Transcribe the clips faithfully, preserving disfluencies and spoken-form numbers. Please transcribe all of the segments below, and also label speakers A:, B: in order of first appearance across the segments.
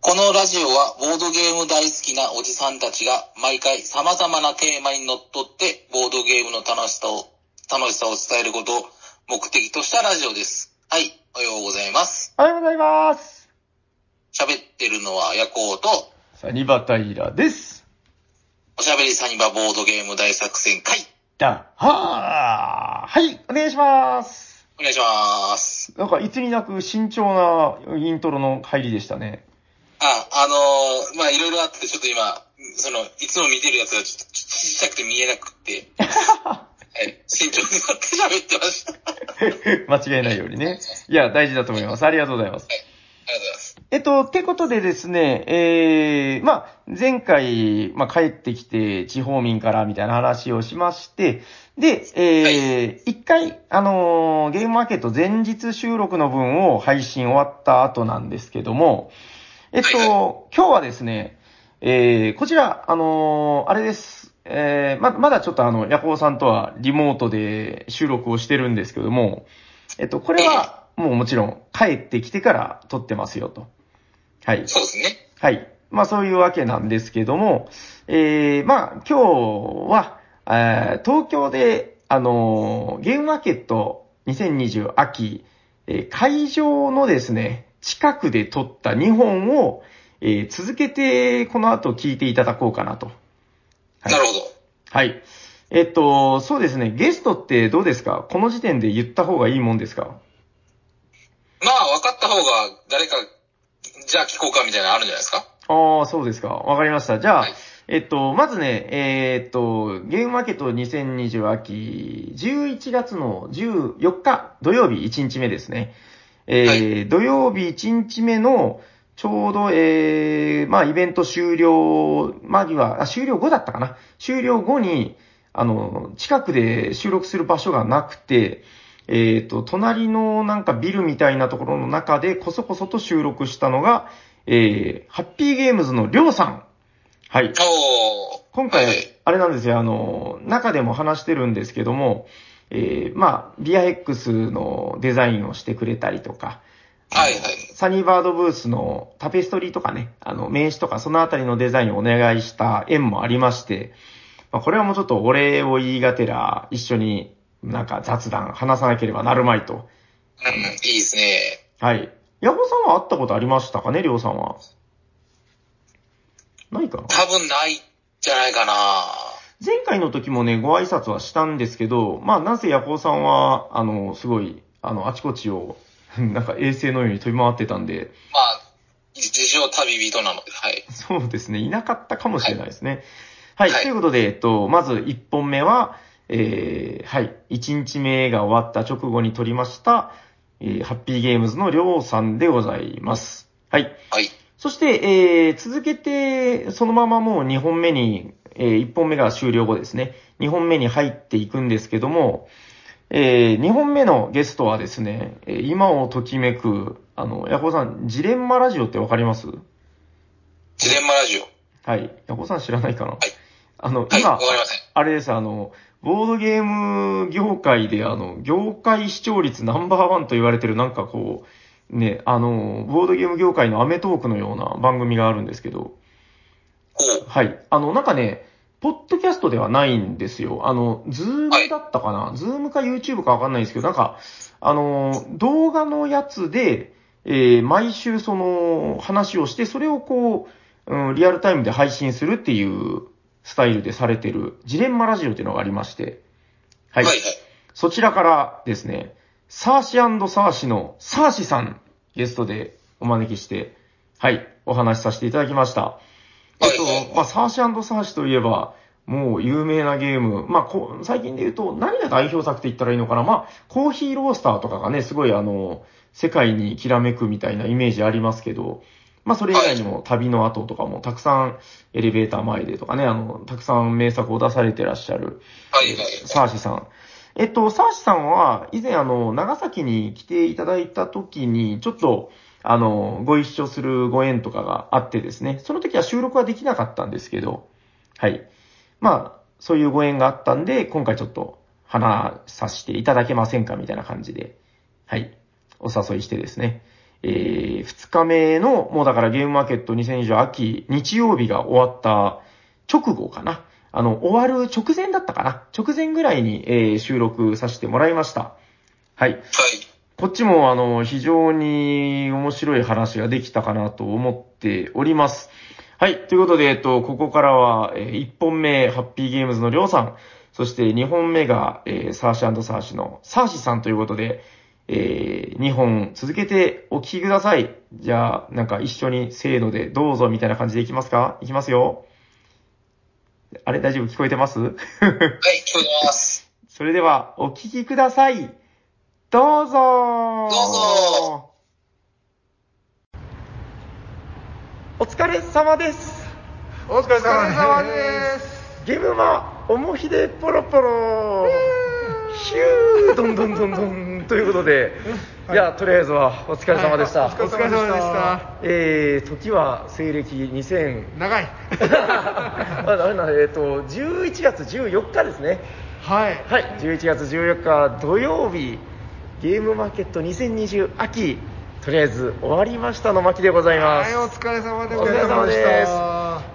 A: このラジオはボードゲーム大好きなおじさんたちが毎回様々なテーマにのっとってボードゲームの楽しさを、楽しさを伝えることを目的としたラジオです。はい、おはようございます。
B: おはようございます。
A: 喋ってるのはヤコウと
B: サニバタイラです。
A: おしゃべりサニバボードゲーム大作戦会。
B: だ、はー。はい、お願いします。
A: お願いします。
B: なんかいつになく慎重なイントロの入りでしたね。
A: あ、あのー、まあ、いろいろあってちょっと今、その、いつも見てるやつがちょっとちっちゃくて見えなくて、はい、慎重になって喋ってました。
B: 間違えないようにね。いや、大事だと思います。ありがとうございます。
A: はい、ありがとうございます。
B: えっと、ってことでですね、えー、まあ、前回、まあ、帰ってきて地方民からみたいな話をしまして、で、えー、一、はい、回、あのー、ゲームマーケット前日収録の分を配信終わった後なんですけども、えっと、はいはい、今日はですね、えー、こちら、あのー、あれです。えー、ま、まだちょっとあの、ヤコウさんとはリモートで収録をしてるんですけども、えっと、これは、もうもちろん帰ってきてから撮ってますよと。はい。
A: そうですね。
B: はい。まあそういうわけなんですけども、えー、まあ今日は、えー、東京で、あのー、ゲームマーケットにせんにじゅう秋、えー、会場のですね、近くで撮ったにほんを、えー、続けてこの後聞いていただこうかなと。
A: はい、なるほど。
B: はい。えっと、そうですね、ゲストってどうですか？この時点で言った方がいいもんですか？
A: まあ、分かった方が誰か、じゃあ聞こうかみたいなのあるんじゃないですか？
B: ああ、そうですか。わかりました。じゃあ、
A: はい、
B: えっと、まずね、えー、っと、ゲームマーケットにせんにじゅう秋、じゅういちがつのじゅうよっか土曜日いちにちめですね。えー、はい、土曜日いちにちめの、ちょうど、えー、まあ、イベント終了間際、あ、終了後だったかな。終了後に、あの、近くで収録する場所がなくて、えっと、隣のなんかビルみたいなところの中でこそこそと収録したのが、えー、ハッピーゲームズのりょうさん。はい。今回、あれなんですよ、あの、中でも話してるんですけども、えー、まあ、ビアヘックスのデザインをしてくれたりとか、はいはい。サニーバードブースのタペストリーとかね、あの、名刺とかそのあたりのデザインをお願いした縁もありまして、まあ、これはもうちょっとお礼を言いがてら、一緒になんか雑談話さなければなるまいと。うん、
A: いいですね。
B: はい。ヤホさんは会ったことありましたかね、りょうさんは。ないかな？
A: 多分ないんじゃないかな。
B: 前回の時もね、ご挨拶はしたんですけど、まあ、なぜヤホさんは、あの、すごい、あの、あちこちを、なんか衛星のように飛び回ってたんで。
A: まあ、自称旅人なので、はい。
B: そうですね、いなかったかもしれないですね。はい。はい、ということで、えっと、まずいっぽんめは、えー、はい、いちにちめが終わった直後に撮りました、えー、ハッピーゲームズのりょうさんでございます。はい。はい。そして、えー、続けて、そのままもうにほんめに、えー、いっぽんめが終了後ですね、にほんめに入っていくんですけども、えー、にほんめのゲストはですね、今をときめく、あの、ヤコウさん、ジレンマラジオってわかります？
A: ジレンマラジオ。
B: はい。ヤコウさん知らないかな？はい。あの、
A: 今、
B: はい、あれです、あの、ボードゲーム業界で、あの、業界視聴率ナンバーワンと言われてる、なんかこう、ね、あの、ボードゲーム業界のアメトークのような番組があるんですけど、はい。あの、なんかね、ポッドキャストではないんですよ。あの、ズームだったかな、はい、ズームか YouTube かわかんないんですけど、なんか、あの、動画のやつで、えー、毎週その話をして、それをこう、うん、リアルタイムで配信するっていうスタイルでされてるジレンマラジオっていうのがありまして、はい。はいはい、そちらからですね、サーシ&サーシのサーシさんゲストでお招きして、はい、お話しさせていただきました。えっと、まあ、サーシ&サーシといえば、もう有名なゲーム。まあ、こう、最近で言うと、何が代表作って言ったらいいのかな。まあ、コーヒーロースターとかがね、すごいあの、世界にきらめくみたいなイメージありますけど、まあ、それ以外にも旅の後とかもたくさんエレベーター前でとかね、あの、たくさん名作を出されてらっしゃる、はいはい、サーシさん。えっと、サーシさんは、以前あの、長崎に来ていただいた時に、ちょっと、あの、ご一緒するご縁とかがあってですね、その時は収録はできなかったんですけど、はい。まあ、そういうご縁があったんで、今回ちょっと話させていただけませんかみたいな感じで、はい。お誘いしてですね。 えー、ふつかめの、もうだからゲームマーケットにせんにじゅう秋、日曜日が終わった直後かな。あの、終わる直前だったかな。直前ぐらいに、えー、収録させてもらいました。はい。はい。こっちも、あの、非常に面白い話ができたかなと思っております。はい。ということで、えっと、ここからは、えー、いっぽんめ、ハッピーゲームズのりょうさん、そしてにほんめが、えー、サーシ&サーシのサーシさんということで、えー、にほん続けてお聞きください。じゃあ、なんか一緒にせーのでどうぞみたいな感じでいきますか？いきますよ。あれ大丈夫？聞こえてます？はい、聞こ
A: えてます。
B: それでは、お聞きください。どうぞー。
A: どうぞー。
B: お疲れ様です。
C: お疲れ様です。
B: ゲームマおもひでポロポロヒューどんどんどんどんということで、はい、いやとりあえずはお疲れ様でした、
C: はい、お疲れ様でした。
B: えー、時は西暦にせん
C: 長い
B: あれなえっ、ー、とじゅういちがつじゅうよっかですね。
C: はい
B: はいじゅういちがつじゅうよっか土曜日、ゲームマーケットにせんにじゅう秋、とりあえず終わりましたの巻でございます。
C: はい、お疲れ様で
B: お疲れ様です。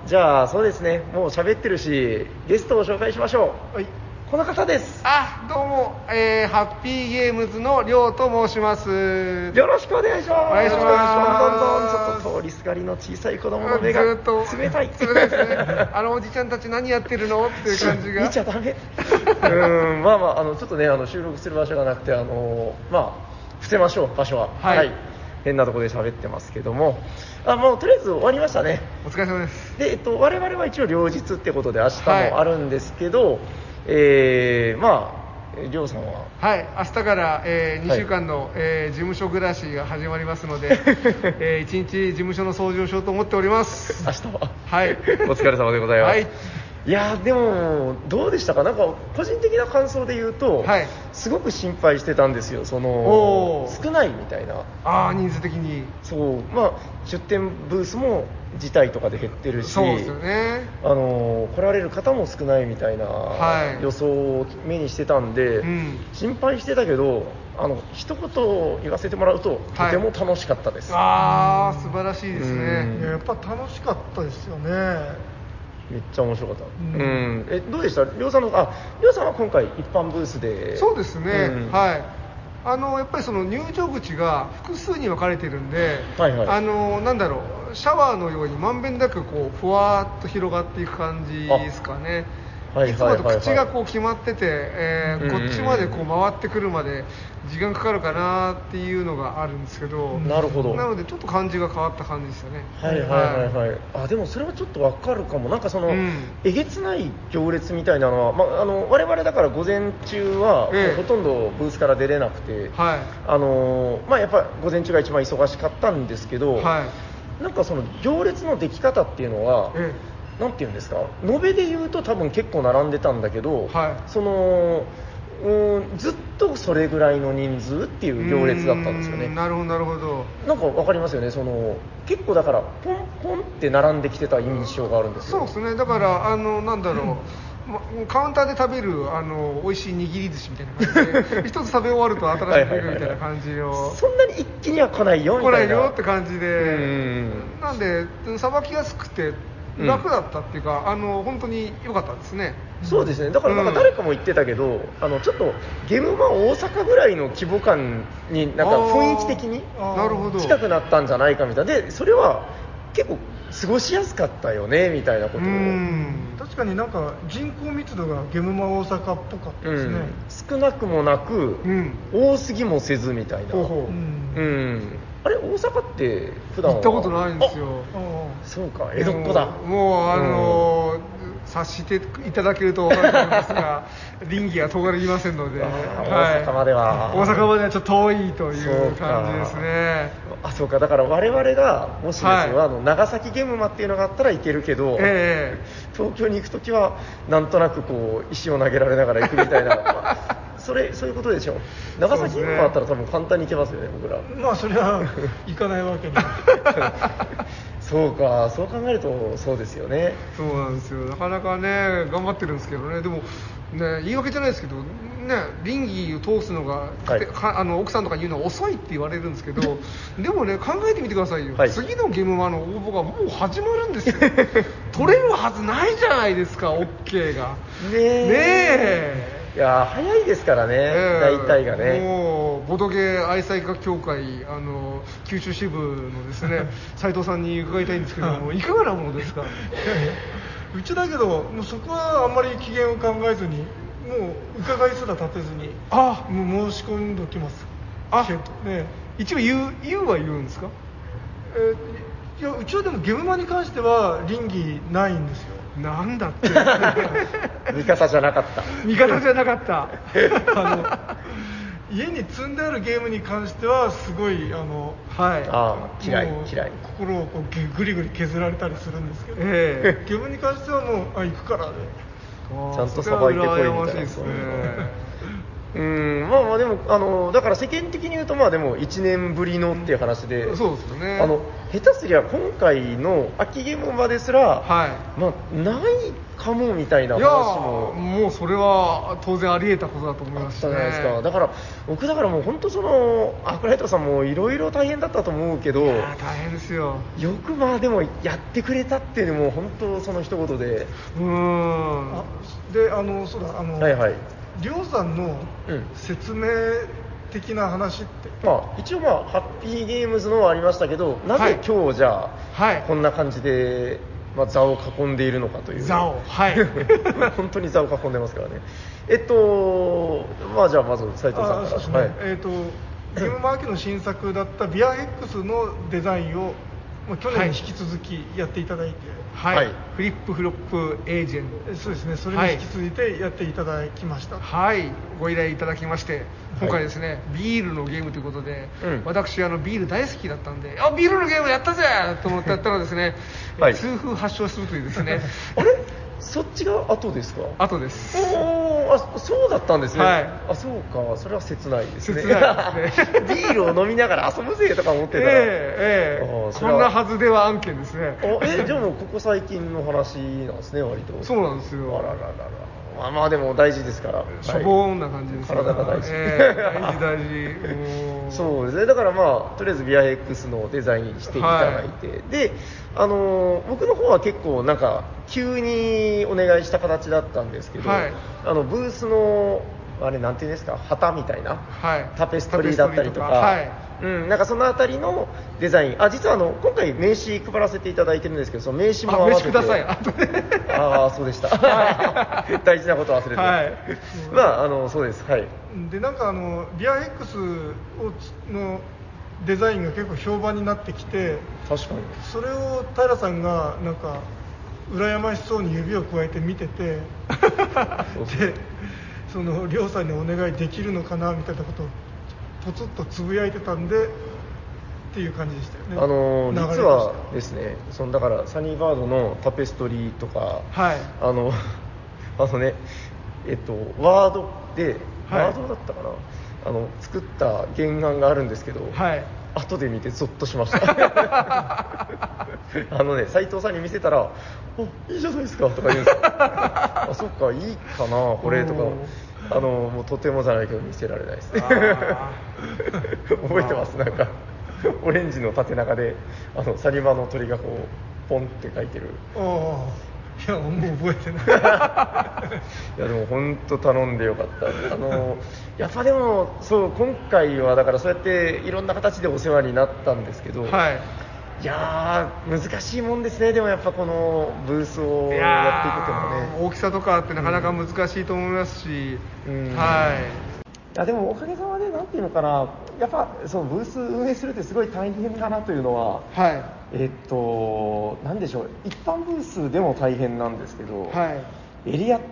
B: じゃあそうですね、もう喋ってるしゲストを紹介しましょう。はい、この方です。
C: あ、どうも、えー、ハッピーゲームズのりょうと申します。
B: よろしくお願いします。
C: お願いします。
B: どんどんちょっと通りすがりの小さい子供の目が冷たい。
C: そうですね。あのおじちゃんたち何やってるのっていう感じが。
B: 見ちゃダメ。うん、まあまああのちょっとねあの収録する場所がなくて、あのまあ伏せましょう場所は。はい。はい、変なところで喋ってますけども、あもうとりあえず終わりましたね。
C: お疲れ様です。
B: で、えっと、我々は一応両日ってことで明日もあるんですけど、はい、えー、まありょうさんは
C: はい明日から、えー、にしゅうかんの、はい、えー、事務所暮らしが始まりますので、えー、いちにち事務所の掃除をしようと思っております。
B: 明日は
C: はい
B: お疲れ様でございます。はい、いやでもどうでしたか？なんか個人的な感想で言うと、はい、すごく心配してたんですよ。その少ないみたいな。
C: ああ人数的に。
B: そうまあ出店ブースも自体とかで減ってるし、
C: そうですよね。
B: あの来られる方も少ないみたいな予想を目にしてたんで、はいうん、心配してたけど、あの一言言わせてもらうと、とても楽しかったです。
C: はい、ああ素晴らしいですね。
D: やっぱ楽しかったですよね。
B: めっちゃ面白かった。うん。うん、えどうでした？りょうさんのありょうさんは今回一般ブースで。
C: そうですね。うん、はい。あのやっぱりその入場口が複数に分かれてるんで、はいはい、あのなんだろうシャワーのようにまんべんなくこうふわっと広がっていく感じですかね。いつもと口がこう決まってて、えー、こっちまでこう回ってくるまで時間かかるかなっていうのがあるんですけど、
B: なるほど。
C: なのでちょっと感じが変わった感じですよね。
B: はいはいはいはい。あでもそれはちょっとわかるかも。なんかその、うん、えげつない行列みたいなのは、まああの我々だから午前中は、ええ、ほとんどブースから出れなくて、はい、あのまあやっぱ午前中が一番忙しかったんですけど、はい、なんかその行列の出来方っていうのは。ええなんていうんですか、延べで言うと多分結構並んでたんだけど、はい、そのうんずっとそれぐらいの人数っていう行列だったんですよね。
C: なるほどなるほど。
B: なんかわかりますよね。その結構だからポンポンって並んできてた印象があるんですよ。
C: そうですね。だからあのなんだろう、うん、カウンターで食べるあの美味しい握り寿司みたいな感じで一つ食べ終わると新しく出るみたいな感じのはいはいはい、はい、
B: そんなに一気には来ないよみたいな。
C: 来ないよって感じで、なんでさばきやすくて楽だったっていうか、うん、あの本当に良かったですね。
B: そうですね。だからなんか誰かも言ってたけど、うん、あのちょっとゲームマ大阪ぐらいの規模感になんか雰囲気的に近くなったんじゃないかみたいな。でそれは結構過ごしやすかったよねみたいなことを。
D: うん確かになんか人口密度がゲームマ大阪っぽかったですね。うん、
B: 少なくもなく、うん、多すぎもせずみたいな。ほうほう、うんうんあれ大阪って普段は
C: 行ったことないんですよ。
B: そうか江戸っ子だ。
C: もうあのーうん、察していただけると分かると思いますが倫理が問われませんので、はい、
B: 大阪までは
C: 大阪まではちょっと遠いという感じですね。
B: あそうかだから我々がもしですよ、はい、あの長崎ゲームマっていうのがあったら行けるけど、えー、東京に行くときはなんとなくこう石を投げられながら行くみたいな、まあ、それそういうことでしょ。長崎ゲームマあったら多分簡単に行けますよね僕ら。
D: まあそれは行かないわけに
B: そうかそう考えるとそうですよね。
C: そうなんですよ。なかなかね頑張ってるんですけどね。でもね言い訳じゃないですけどねね、倫理を通すのが、
B: はい、
C: かあの奥さんとか言うのは遅いって言われるんですけどでもね、考えてみてくださいよ、
B: はい、
C: 次のゲームマの応募がもう始まるんですよ取れるはずないじゃないですか OK が
B: ねえ、
C: ねえ、
B: いや早いですからね、えー、大体がね。
C: もうボドゲ愛妻家協会あの九州支部のですね斉藤さんに伺いたいんですけどもいかがなものですか。いやいや、
D: うちだけどもうそこはあんまり機嫌を考えずに、もう伺いすら立てずに、あもう申し込んでおきます。
C: あ、ね、一応言う言うは言うんですか。
D: えー、いやうちはでもゲームマに関しては倫理ないんですよ。
C: なんだって
B: 味方じゃなかった
C: 味方じゃなかった
D: あの家に積んであるゲームに関してはすごいあの、
C: はい、
B: あ嫌い嫌い、
D: 心をこうぐりぐり削られたりするんですけど、
C: えー、
D: ゲームに関してはもうあ行くからで、
B: ちゃんとさばいてこいみたいな。
C: ですね
B: うーん、まあまあでもあのだから世間的に言うとまあでもいちねんぶりのっていう話で、
C: うん、そうですよね。
B: あの下手すりゃ今回の秋ゲームまですら、はい、まあないかもみたいな話も、
C: いやもうそれは当然あり得たことだと思いますしね。
B: あったじゃないですか。だから僕だからもう本当そのアークライトさんもいろいろ大変だったと思うけど、い
C: や大変ですよ。
B: よくまあでもやってくれたっていうのも本当その一言で、
C: うーん。
D: あであのそうだあの。
B: はいはい。
D: りょうさんの説明的な話って、
B: うん、まあ、一応まあハッピーゲームズのはありましたけど、なぜ今日じゃあ、はい、こんな感じで、まあ、座を囲んでいるのかという。
C: 座を、はい。
B: 本当に座を囲んでますからね。えっとまあじゃあまず斉藤さんから。
D: そうですね、はい、えっとゲームマーケの新作だったビア X のデザインを去年に引き続きやっていただいて、
C: はい、はい、フリップフロップエージェント、
D: そうですね、それに引き続いてやっていただきました。
C: はい、ご依頼いただきまして、今回ですね、はい、ビールのゲームということで、うん、私あのビール大好きだったんで、あビールのゲームやったぜと思ってやったらですね、はい、痛風発症するというですね
B: あれそっちが後ですか。
C: 後です。
B: おあそうだったんですね、はい、あそうか、それは切ないですね。
C: 切ないですね
B: ビールを飲みながら遊ぶぜとか思ってたら、え
C: ーえー、こんなはずでは案件ですね。
B: えじゃあもうここ最近の話なんですね、割と。
C: そうなんですよ。
B: あらららら、まあ、まあでも大事ですから、
C: しょぼーんな感じです、
B: 体が大事、
C: えー、大事大事
B: そうですね。だからまあとりあえずビア X のデザインしていただいて、はい、であのー、僕の方は結構なんか急にお願いした形だったんですけど、はい、あのブースのあれなんていうんですか、旗みたいな、はい、タペストリーだったりとか、はい、うん、なんかそのあたりのデザイン、あ実はあの今回名刺配らせていただいてるんですけど、その名刺も合わせて、
C: あ名刺ください。
B: ああそうでした。大事なこと忘れて、はい、まああのそうです、はい。
D: でなんかあのビア X をのデザインが結構評判になってきて、
B: 確かに
D: それを平さんがなんか羨ましそうに指を加えて見ててそうそうでそのりょうさんにお願いできるのかなみたいなことをポツッとつぶやいてたんでっていう感じでしたよね。
B: あのー、実はですね、そのだからサニーバードのタペストリーとか、はい、あのあのねえっとワードで、はい、ワードだったかな、あの作った原案があるんですけど、はい、後で見てゾッとしましたあのね斉藤さんに見せたら「あいいじゃないですか」とか言うんですよあそっかいいかなこれとか、あのもうとてもじゃないけど見せられないですね覚えてます、なんかオレンジの縦長であのサニバの鳥がこうポンって書いてる。
D: あいやもう覚えてない
B: いやでも本当頼んでよかった。あのやっぱでもそう今回はだからそうやっていろんな形でお世話になったんですけど、はい、いやー難しいもんですね。でもやっぱこのブースをやっていくっていうのはね、
C: 大きさとかってなかなか難しいと思いますし、うんうん、はい
B: いやでもおかげさまでなんていうのかな、やっぱそうブース運営するってすごい大変だなというのは、はい、えっとなんでしょう、一般ブースでも大変なんですけど、はい、エリアって、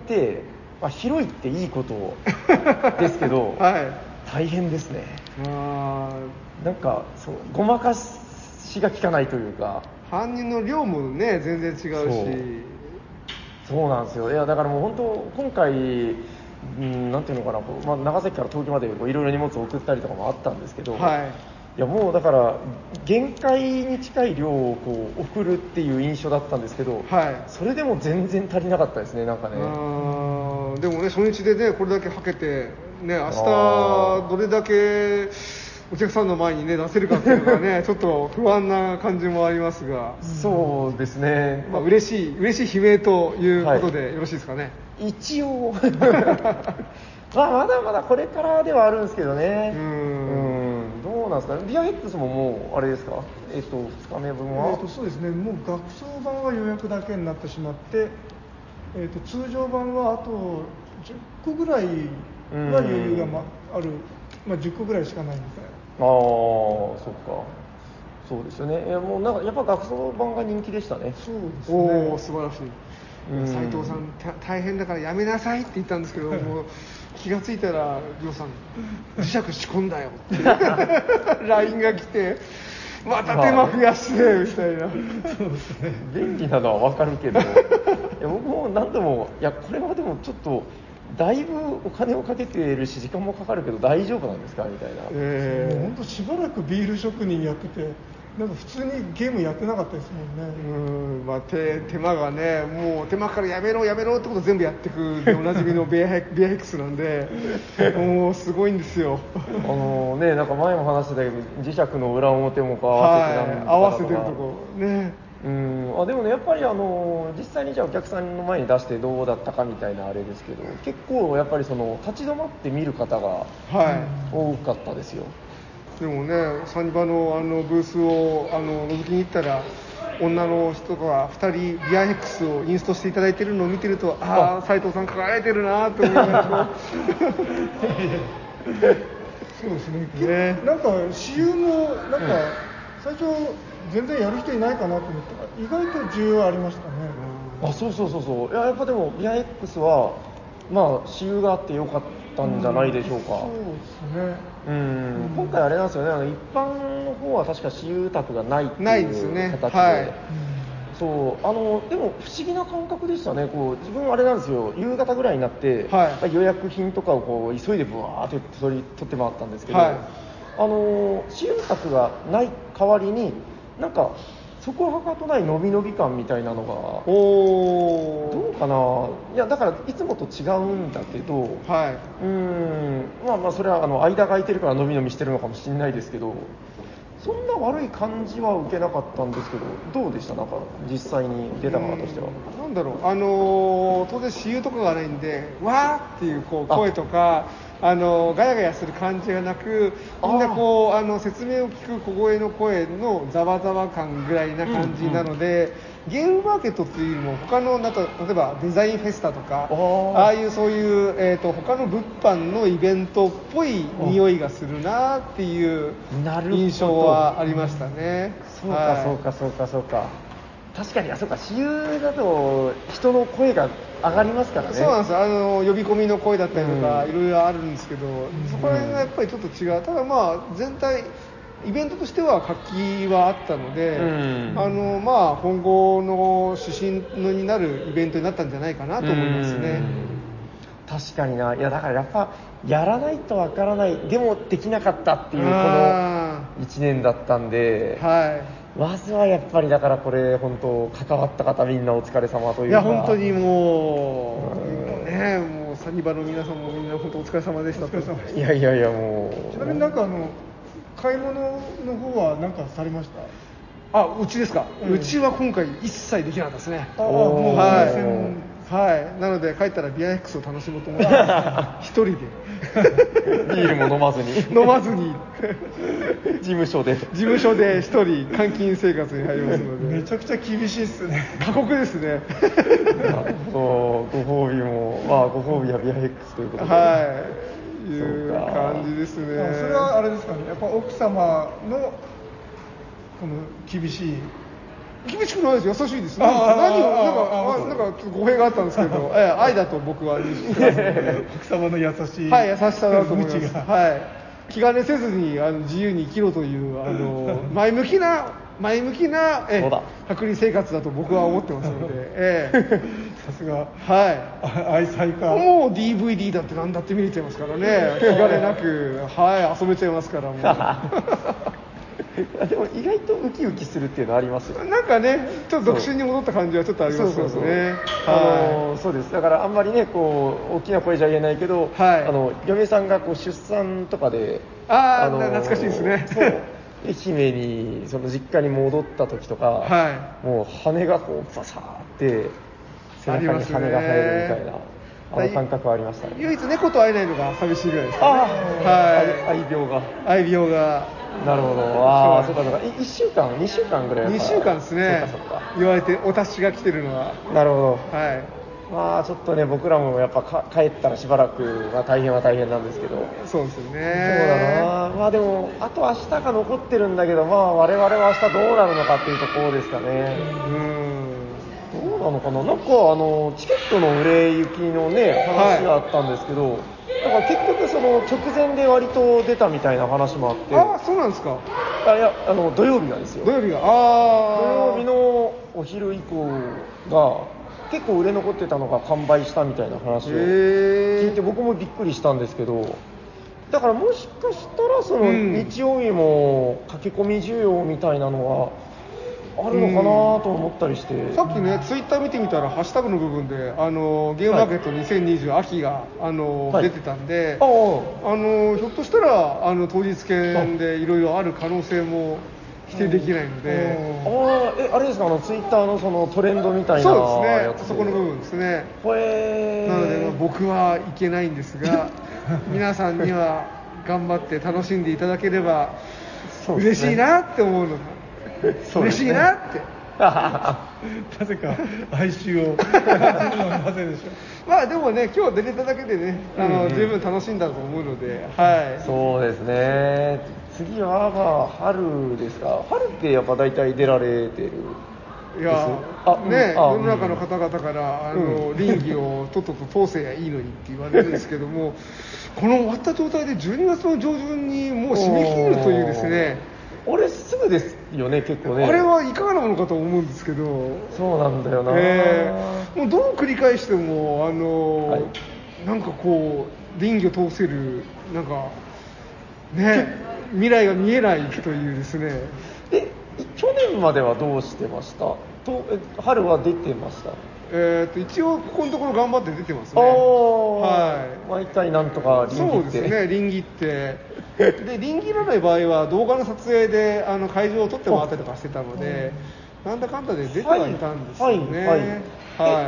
B: まあ、広いっていいことですけど、はい、大変ですね。あなんかそうごまかしが効かないというか、
C: 搬入の量もね全然違うし、
B: そう、そうなんですよ。いやだからもう本当今回うん、なんていうのかな、まあ、長崎から東京までいろいろ荷物を送ったりとかもあったんですけど、はい、いやもうだから限界に近い量をこう送るっていう印象だったんですけど、はい、それでも全然足りなかったですね、なんかね。
C: でもね初日でねこれだけはけてね明日どれだけお客さんの前にね出せるかっていうのがねちょっと不安な感じもありますが、
B: そうですね、
C: まあ、嬉しい嬉しい悲鳴ということでよろしいですかね、
B: はい、一応まあまだまだこれからではあるんですけどね。うんうんどうなんですかね。ビアヘックスももうあれですか。えっ、ー、とふつかめ分は。
D: えっ、ー、とそうですね。もう学装版は予約だけになってしまって、えっ、ー、と通常版はあとじゅっこぐらいは余裕が、ま、ある。まあじゅっこぐらいしかないみたいな。
B: ああそっか。そうですよね。いやもうなんかやっぱ学装版が人気でしたね。
C: そうですね。おお素晴らしい。斉藤さん大変だからやめなさいって言ったんですけどもう気がついたらりょうさん磁石仕込んだよって ライン が来てまた手間増やしてみたいな、
B: そうですね便利なのは分かるけどいや僕も何度もいやこれはでもちょっとだいぶお金をかけているし時間もかかるけど大丈夫なんですかみたいな、
D: えー、もう本当しばらくビール職人やっててなんか普通にゲームやってなかったですもんね。
C: うん、まあ、手, 手間がねもう手間からやめろやめろってこと全部やっていくでおなじみのビアヘックスなんでもうすごいんですよ
B: あのねなんか前も話してたけど磁石の裏表も合わせてなんとか、
C: はい、合わせてるとこね
B: うんあでもねやっぱりあの実際にじゃあお客さんの前に出してどうだったかみたいなあれですけど結構やっぱりその立ち止まって見る方が多かったですよ、はい
C: でもね、サニバのあのブースをあの覗きに行ったら女の人がふたりビアヘックスをインストしていただいているのを見てるとああ斉藤さん輝いてるなと思いながら
D: そうですねねなんか私有もなんか最初全然やる人いないかなと思ったら意外と需要ありましたね、
B: うん、あそうそうそうそういややっぱでもビアヘックスはまあ私有があってよかったんじゃないでしょうか、
D: うん、そうですね
B: うん、うん、今回あれなんですよねあの一般の方は確か私有宅がないっていう形で
C: ないですよね、はい、
B: そうあのでも不思議な感覚でしたねこう自分あれなんですよ夕方ぐらいになって、はい、予約品とかをこう急いでブワーって取り取って回ったんですけど、はい、あの私有宅がない代わりになんかそこはかとない伸び伸び感みたいなのがおどうかないやだからいつもと違うんだけど、はい、うーんまあまあそれはあの間が空いてるから伸び伸びしてるのかもしれないですけどそんな悪い感じは受けなかったんですけどどうでしたなんか実際に出た側としては
C: なんだろうあのー、当然私有とかがないんでわーっていうこう声とかあのガヤガヤする感じがなくみんなこうあの説明を聞く小声の声のざわざわ感ぐらいな感じなので、うんうん、ゲームマーケットっていうよりも他のなんか例えばデザインフェスタとか あ, ああいうそういう、えー、と他の物販のイベントっぽい匂いがするなっていう印象はありましたね。
B: そうか、はい、そうかそうかそうか確かにあそうか私有だと人の声が上がりますからね
C: そうなんですあの呼び込みの声だったりとか、うん、いろいろあるんですけど、うん、そこら辺がやっぱりちょっと違うただまあ全体イベントとしては活気はあったので、うん、あのまあ今後の指針になるイベントになったんじゃないかなと思いますね、
B: うん、確かにないやだからやっぱやらないとわからないでもできなかったっていうこのいちねんだったんで、はいまずはやっぱりだからこれ本当関わった方みんなお疲れ様というか
C: いや本当にもうねもうサニバの皆さんもみんな本当お疲れ様でしたと
B: いやいやいやもう
D: ちなみになんかあの買い物の方は何かされました
C: あうちですか、うん、うちは今回一切できなかったですね
D: ああもう
C: はいはい、なので帰ったらビアヘックスを楽しもうと思って一人で
B: ビールも飲まずに
C: 飲まずに
B: 事務所で事
C: 務所で一人監禁生活に入りますので
D: めちゃくちゃ厳しいっすね
C: 過酷ですね
B: ご褒美もまあご褒美はビアヘックスということで
C: はいいう感じですね
D: それはあれですかねやっぱ奥様のこの厳しい
C: 厳しくないです優しいです何をなんかなんか語弊があったんですけど、ええ、愛だと僕は認識してますので
D: 奥様の優しい
C: はい優しさだと思いますはい気兼ねせずにあの自由に生きろというあの前向きな前向きなえ隔離生活だと僕は思ってますので、ええ、
D: さすが
C: はい
D: 愛妻家
C: もう ディーブイディー だって何だって見れちゃいますからね気兼ねなくはい遊べちゃいますからもう
B: でも意外とウキウキするっていうのはありますよ。
C: なんかね、ちょっと独身に戻った感じはちょっとありますよね。
B: そうそうそう、あのそうです。だからあんまりね、こう大きな声じゃ言えないけど、はい、あの嫁さんがこう出産とかで、
C: ああ、懐かしいですね。
B: そう、愛媛にその実家に戻った時とか、はい、もう羽がこうバサーって背中に羽が生えるみたいな。あの感覚はありましたね。
C: 唯一猫と会えないのが寂しいぐらいですかね。
B: ああ、はい、愛病が。
C: 愛病が。
B: なるほど。ああ、そうかそうか。いっしゅうかん、にしゅうかんぐらい。
C: にしゅうかんですね。そうかそうか。言われてお達しが来てるのは。
B: なるほど。
C: はい。
B: まあちょっとね、僕らもやっぱか帰ったらしばらくは大変は大変なんですけど。
C: そうですよね。
B: そうだな。まあでもあと明日が残ってるんだけど、まあ我々は明日どうなるのかっていうところですかね。うん。どうなのかな。なんかあのチケットの売れ行きのね話があったんですけど、はい、だから結局その直前で割と出たみたいな話もあって。
C: ああ、そうなんですか。
B: あ、いや、あの土曜日がですよ。
C: 土曜日が。ああ。
B: 土曜日のお昼以降が結構売れ残ってたのが完売したみたいな話を聞いて、僕もびっくりしたんですけど、だからもしかしたらその日曜日も駆け込み需要みたいなのはあるのかなと思ったりして、
C: うん、さっきねツイッター見てみたらハッシュタグの部分であのゲームマーケットにせんにじゅう秋があの、はい、出てたんで、あのひょっとしたらあの当日券でいろいろある可能性も否定できないので、
B: あえあれですか、あのツイッターのそのトレンドみたいな
C: そうですね、そこの部分ですね。
B: へ
C: なので、まあ、僕はいけないんですが皆さんには頑張って楽しんでいただければ嬉しいなって思うのが嬉しいなって
D: なぜか哀愁をなぜでしょ
C: う。まあでもね、今日出れただけでね、あの、うんうん、十分楽しんだと思うので、はい。
B: そうですね。次はまあ春ですか。春ってやっぱ大体出られてる。
C: いやあね、世の中の方々からあの、うん、倫理をとっとと通せやいいのにって言われるんですけどもこの終わった状態でじゅうにがつの上旬にもう締め切るというですね、
B: 俺すぐですよね、結構ね。
C: あれはいかがなものかと思うんですけど。
B: そうなんだよな、
C: えー、もうどう繰り返してもあの、はい、なんかこう倫理を通せるなんかね未来が見えないというですね。
B: え去年まではどうしてました？とえ春は出てました？
C: えー、と一応ここのところ頑張って出てますね。
B: はい、毎回なんとか
C: 倫理って。そうですね、倫理ってで倫理のない場合は動画の撮影であの会場を撮って回ったりとかしてたので、なんだかんだで出てはいたんですよね。はいはいはい、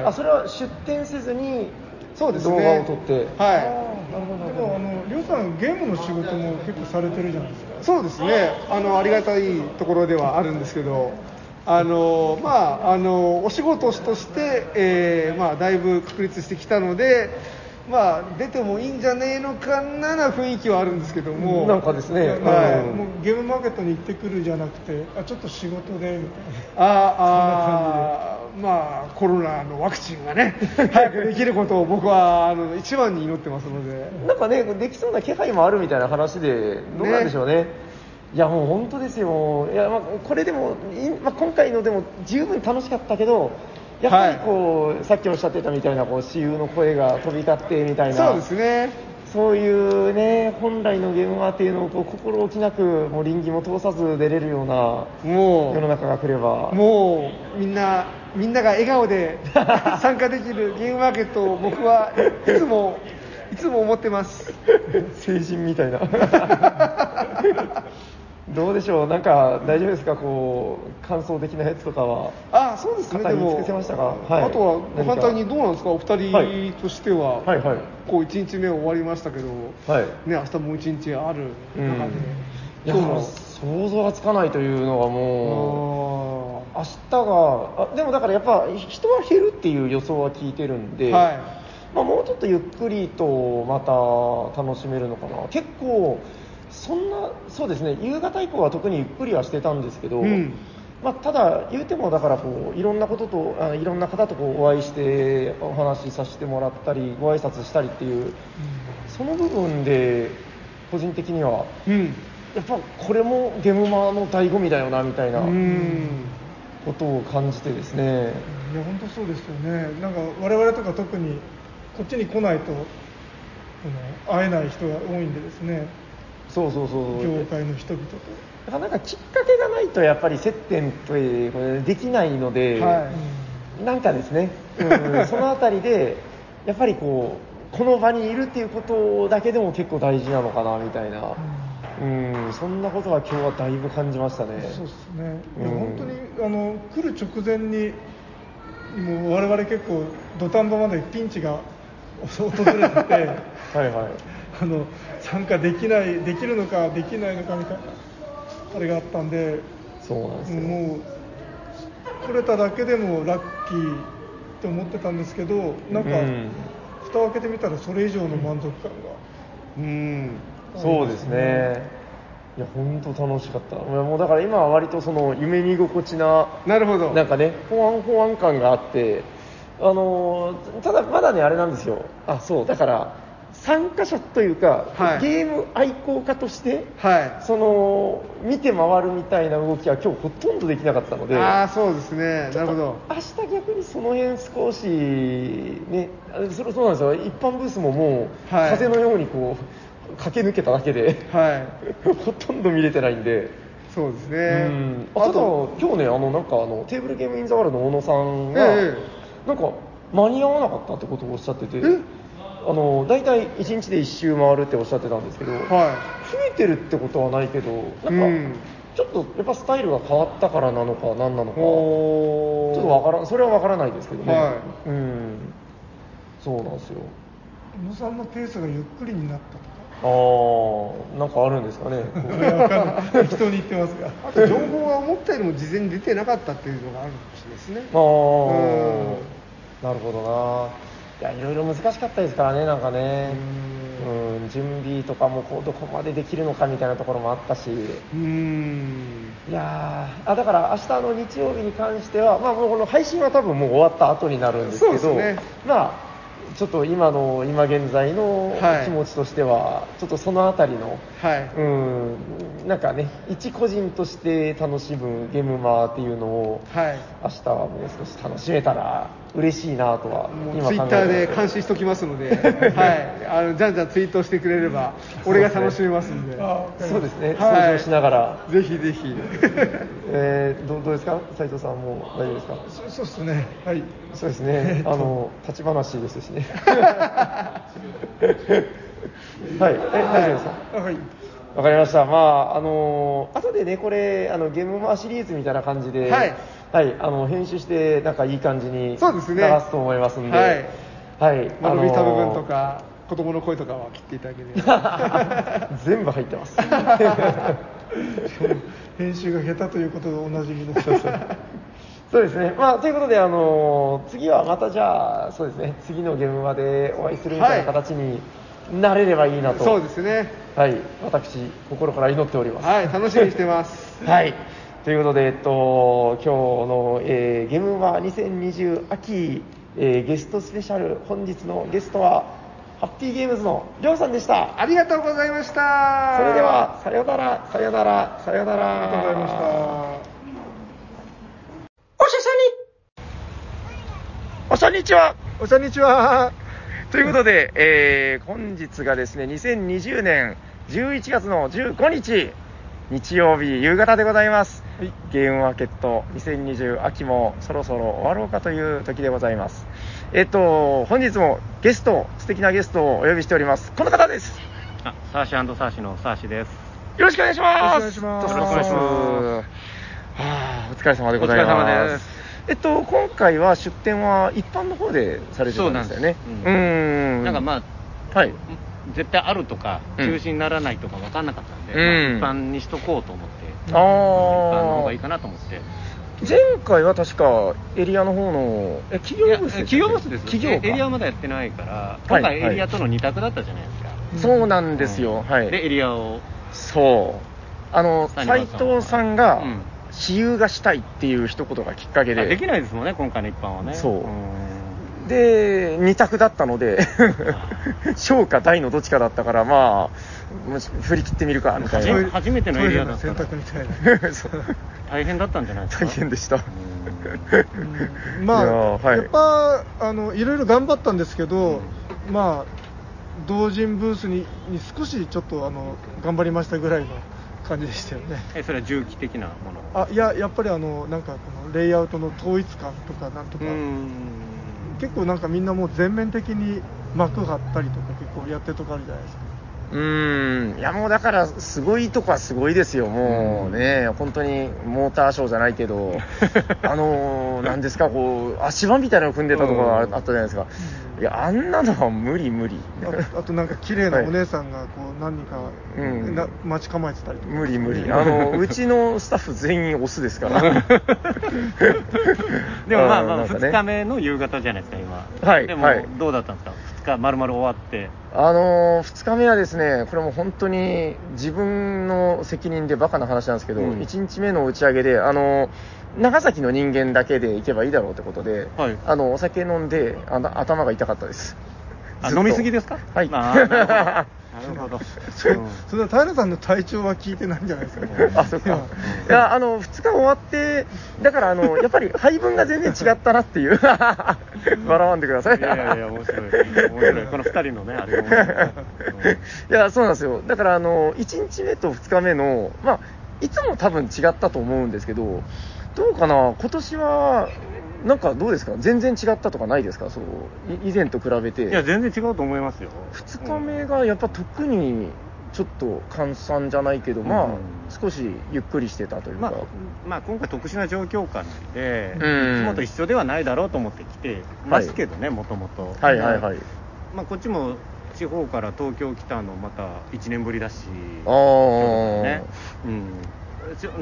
B: あそれは出展せずに
C: そうですね、
B: 動画を撮って。
C: はい。
D: なるほど。でもあのりょうさんゲームの仕事も結構されてるじゃないですか。
C: そうですね、あのありがたいところではあるんですけど。あのまあ、あのお仕事として、えーまあ、だいぶ確立してきたので、まあ、出てもいいんじゃねえのかなな雰囲気はあるんですけども、
B: なんかですね、はい、
D: もうゲームマーケットに行ってくるじゃなくて、あちょっと仕事でみたいな、
C: ああそんな感じで、まあ、コロナのワクチンがね早くできることを僕はあの一番に祈ってますので、
B: なんかねできそうな気配もあるみたいな話でどうなんでしょうね。ね、いやもう本当ですよ。いや、まあ、これでも、まあ、今回のでも十分楽しかったけど、やっぱりこう、はい、さっきおっしゃってたみたいなこう私有の声が飛び交ってみたいな、
C: そうですね、
B: そういうね本来のゲームマーっていうのをこう心置きなくもう倫理も通さず出れるような世の中が来れば、
C: もうみんなみんなが笑顔で参加できるゲームマーケットを僕はいつもいつも思ってます
B: 成人みたいなどうでしょう、なんか大丈夫ですか、こう感想的なやつとかは。
C: あ、そうですね、
B: でも尽くせましたか。
C: はい、あとは反対にどうなんですか、お二人としては、はいはいはい、こういちにちめ終わりましたけど、はいね、明日もういちにちある中で、うん、
B: 今日も想像がつかないというのはもう明日があでもだからやっぱ人は減るっていう予想は聞いてるんで、はい、まあ、もうちょっとゆっくりとまた楽しめるのかな。結構そんなそうですね、夕方以降は特にゆっくりはしてたんですけど、うん、まあ、ただ言うてもだからこういろんなこととあいろんな方とこうお会いしてお話しさせてもらったりご挨拶したりっていう、うん、その部分で個人的には、うん、やっぱこれもゲームマの醍醐味だよなみたいなことを感じてですね。
D: いや本当そうですよね。なんか我々とか特にこっちに来ないと会えない人が多いんでですね。
B: そうそうそう、
D: 業界の人々と
B: だからなんかきっかけがないとやっぱり接点ってできないので、はい、なんかですね、うん、そのあたりでやっぱりこうこの場にいるっていうことだけでも結構大事なのかなみたいな、うん、うん、そんなことは今日はだいぶ感じましたね。
D: そうですね、うん、本当にあの来る直前にもう我々結構土壇場までピンチが訪れててはい、はい、あの参加できないできるのかできないのかみたいなあれがあったんで、
B: そうなんですよ。
D: もう来れただけでもラッキーって思ってたんですけど、なんか、うん、蓋を開けてみたらそれ以上の満足感が、
B: うん、うん、そうですね。いや本当楽しかった。もうだから今は割とその夢見心地な、
C: なるほど、
B: なんかね、保安保安感があって、あのー、ただまだねあれなんですよ。あ、そうだから参加者というか、はい、ゲーム愛好家として、はい、その見て回るみたいな動きは今日ほとんどできなかったので、
C: ああそうですね、なるほど。
B: 明日逆にその辺少しね、それそうなんですよ。一般ブースももう、はい、風のようにこう駆け抜けただけで、はい、ほとんど見れてないんで。
C: そうですね。
B: うん、あただ今日ね、あのなんかあのテーブルゲームインザワールドの小野さんが、ええ、なんか間に合わなかったってことをおっしゃってて、あの大体いちにちでいっ周回るっておっしゃってたんですけど、はい、増えてるってことはないけど、なんか、うん、ちょっとやっぱスタイルが変わったからなのか何なのか、ちょっとわからん、それはわからないですけどね。はい、うん、そうなんですよ。
D: 小野さんのペースがゆっくりになったとか。
B: ああ、なんかあるんですかね。
D: いや、わかんない。適当に言ってますが。
C: あと情報が思ったよりも事前に出てなかったっていうのがあるかもしれないですね。
B: ああ、うん、なるほどな。いや、いろいろ難しかったですからね、なんかね。うん、準備とかもこうどこまでできるのかみたいなところもあったし。うん。いやあ、だから明日の日曜日に関しては、まあもうこの配信は多分もう終わった後になるんですけど、そうですね、まあ。ちょっと今の今現在の気持ちとしては、はい、ちょっとそのあたりの、はい、うん、なんかね一個人として楽しむゲームマーっていうのを、はい、明日はもう少し楽しめたら嬉しいなとは今考えてます。
C: ツイッターで監視しときますので、はい、あのじゃんじゃんツイートしてくれれば俺が楽しめますんで。
B: そうですね。登場しながら、
C: ぜひぜひ。
B: えー、ど, どうですか斉藤さん、もう大丈夫ですか？
D: そ, そうですね。はい。
B: そうですね。あの立ち話ですしね。はい。え、大丈夫ですか？はい。わかりました。まあ、あのー、後でね、これ、あの、ゲームマーシリーズみたいな感じで、はい。はい、あの、編集して、なんかいい感じに流すと思いますんで、はい。はい。
C: 間延びした部分とか、子供の声とかは切っていただければ。
B: 全部入ってます。
D: 編集が下手ということでおなじみの。
B: そうですね。まあ、ということで、あのー、次はまたじゃあ、そうですね、次のゲームまでお会いするみたいな形になれればいいなと。
C: そうですね。
B: はい。私、心から祈っております。
C: はい。楽しみにしてます。
B: はい。ということで、えっと、今日の、えー、ゲームはにせんにじゅう秋、えー、ゲストスペシャル、本日のゲストは、ハッピーゲームズのりょうさんでした。
C: ありがとうございました。
B: それでは、さよなら、さよなら、さよなら。
D: ありがとうございました。
B: おしゃさにおしゃにちは
C: おしゃにちは
B: ということで、えー、本日がですね、にせんにじゅうねんじゅういちがつのじゅうごにち、日曜日夕方でございます。はい、ゲームマーケットにせんにじゅう秋もそろそろ終わろうかという時でございます。えっと、本日もゲスト、素敵なゲストをお呼びしております。この方です。
E: あ、サーシー&サーシのサーシです。
B: よろしくお願いします。
D: よろしくお願いします。
B: よろしくお願いします。はあ、お疲れ様でございます。
E: お疲れ様です。
B: えっと、今回は出店は一般の方でされてるんですよね。
E: そうなんです。うん。うんなんかまあ、はい。絶対あるとか、中止にならないとか分かんなかったんで、うんまあ、一般にしとこうと思って、ああ、一般の方がいいかなと思って。
B: 前回は確かエリアの方のえ企業ブースです、ね、
E: 企業ブースです。
B: 企業か
E: エリアはまだやってないから今回エリアとの二択だったじゃないですか、はい
B: はい、そうなんですよ、うん、はい。
E: でエリアを
B: そうあの斉藤さんが、うん、私有がしたいっていう一言がきっかけで
E: できないですもんね今回の一般はね。
B: そううで二択だったので小か大のどっちかだったからまあ振り切ってみるかみたいな。
E: 初めてのエリアだったら
D: 選択みたいな
E: 大変だったんじゃないですか。
B: 大変でした
D: うんまあ、はい、やっぱあのいろいろ頑張ったんですけど、うん、まあ同人ブースにに少しちょっとあの頑張りましたぐらいの感じでしたよね。
E: え、それは重機的なもの？
D: あ、いや、やっぱりあのなんかこのレイアウトの統一感とかなんとか、結構なんかみんなもう全面的に幕張ったりとか結構やってるとこあるじゃないですか。
B: うーん、いやもうだからすごいとこはすごいですよ。もうね、本当にモーターショーじゃないけどあのー、なんですか、こう足場みたいなの組んでたところがあったじゃないですか。いや、あんなのは無理無理。
D: あ, あとなんか綺麗なお姉さんがこう何人か、はい、な待ち構えてたりとか、
B: 無理無理。あのうちのスタッフ全員オスですから
E: でもまあまあふつかめの夕方じゃないですか今。はい。でもどうだったんですか、ふつか丸々終わって。
B: あのー、ふつかめはですね、これも本当に自分の責任でバカな話なんですけど、うん、いちにちめの打ち上げで、あのー、長崎の人間だけで行けばいいだろうってことで、はい、あのお酒飲んであの頭が痛かったです。
E: あ、飲みすぎですか？
B: はい。
E: あ、なるほど。なるほど。
D: そ, うん、それは平さんの体調は聞いてないんじゃないですかね。
B: あ、そうか。いや、あのふつか終わってだからあのやっぱり配分が全然違ったなっていう笑わんでください。
E: いやいやいや、面白い面白い、このふたりのねあれが面白い、
B: うん、いやそうなんですよ。だからあのいちにちめとふつかめのまあいつも多分違ったと思うんですけど、どうかな、今年はなんかどうですか、全然違ったとかないですか、そう以前と比べて。
E: いや全然違うと思いますよ。
B: ふつかめがやっぱ特にちょっと換算じゃないけど、うん、まあ少しゆっくりしてたというか、
E: まあ、まあ、今回特殊な状況下なんで、うん、いつもと一緒ではないだろうと思ってきてますけどね、もともと。
B: はいはいはい。
E: まあこっちも地方から東京来たのまたいちねんぶりだし、
B: ああ、
E: ね、うん、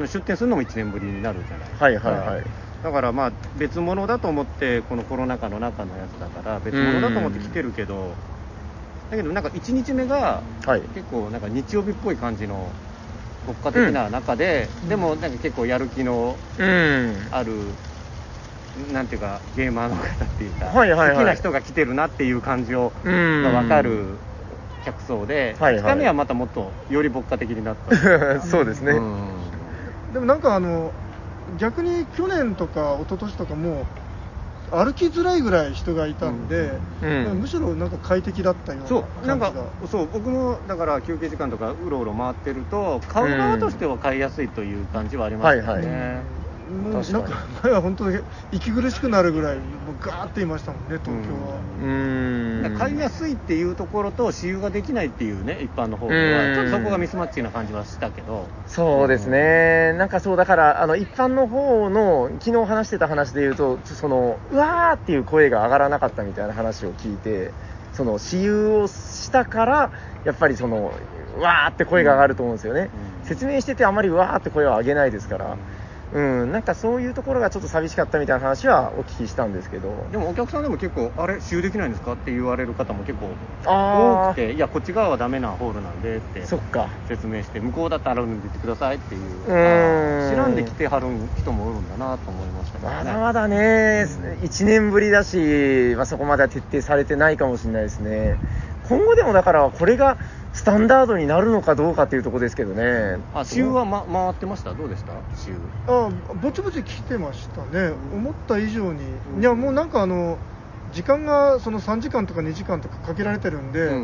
E: 出店するのもいちねんぶりになるじゃないですか。
B: はいはいはい。
E: だからまあ別物だと思って、このコロナ禍の中のやつだから別物だと思って来てるけど、だけどなんかいちにちめが結構なんか日曜日っぽい感じの国家的な中で、うん、でもなんか結構やる気のある、うん、なんていうかゲーマーの方っていうか、はいはいはい、好きな人が来てるなっていう感じをが分かる客層で、はいはい、ふつかめはまたもっとより牧歌的になった
B: そうですね、うん、
D: でもなんかあの逆に去年とか一昨年とかも歩きづらいぐらい人がいたんで、うんうん、むしろなんか快適だったような感じが。
E: そう、なんかそう、僕もだから休憩時間とかうろうろ回ってると買う側としては買いやすいという感じはありましたね、うんはいはい、
D: もうなんか前は本当に息苦しくなるぐらいもうガーっていましたもんね、東京は。
E: うーん、買いやすいっていうところと私有ができないっていうね、一般の方ではちょっとそこがミスマッチな感じはしたけど。
B: そうですね、なんかそうだからあの一般の方の昨日話してた話で言うと、そのうわーっていう声が上がらなかったみたいな話を聞いて、その私有をしたからやっぱりそのうわーって声が上がると思うんですよね、うん、説明しててあまりうわーって声は上げないですから、うん、なんかそういうところがちょっと寂しかったみたいな話はお聞きしたんですけど。
E: でもお客さんでも結構あれ私有できないんですかって言われる方も結構多くて、いやこっち側はダメなホールなんでって説明して、向こうだったらあるんで言ってくださいっていう、う知らんで来てはる人もおるんだなと思いましたけどね。
B: まだまだね、いちねんぶりだし、まあ、そこまでは徹底されてないかもしれないですね。今後でもだからこれがスタンダードになるのかどうかっていうところですけどね。
E: あ、私有は、ま、回ってました？どうでした？私有。
D: あ、ぼちぼち来てましたね、うん、思った以上に、うん、いやもうなんかあの時間がそのさんじかんとかにじかんとかかけられてるんで、うん、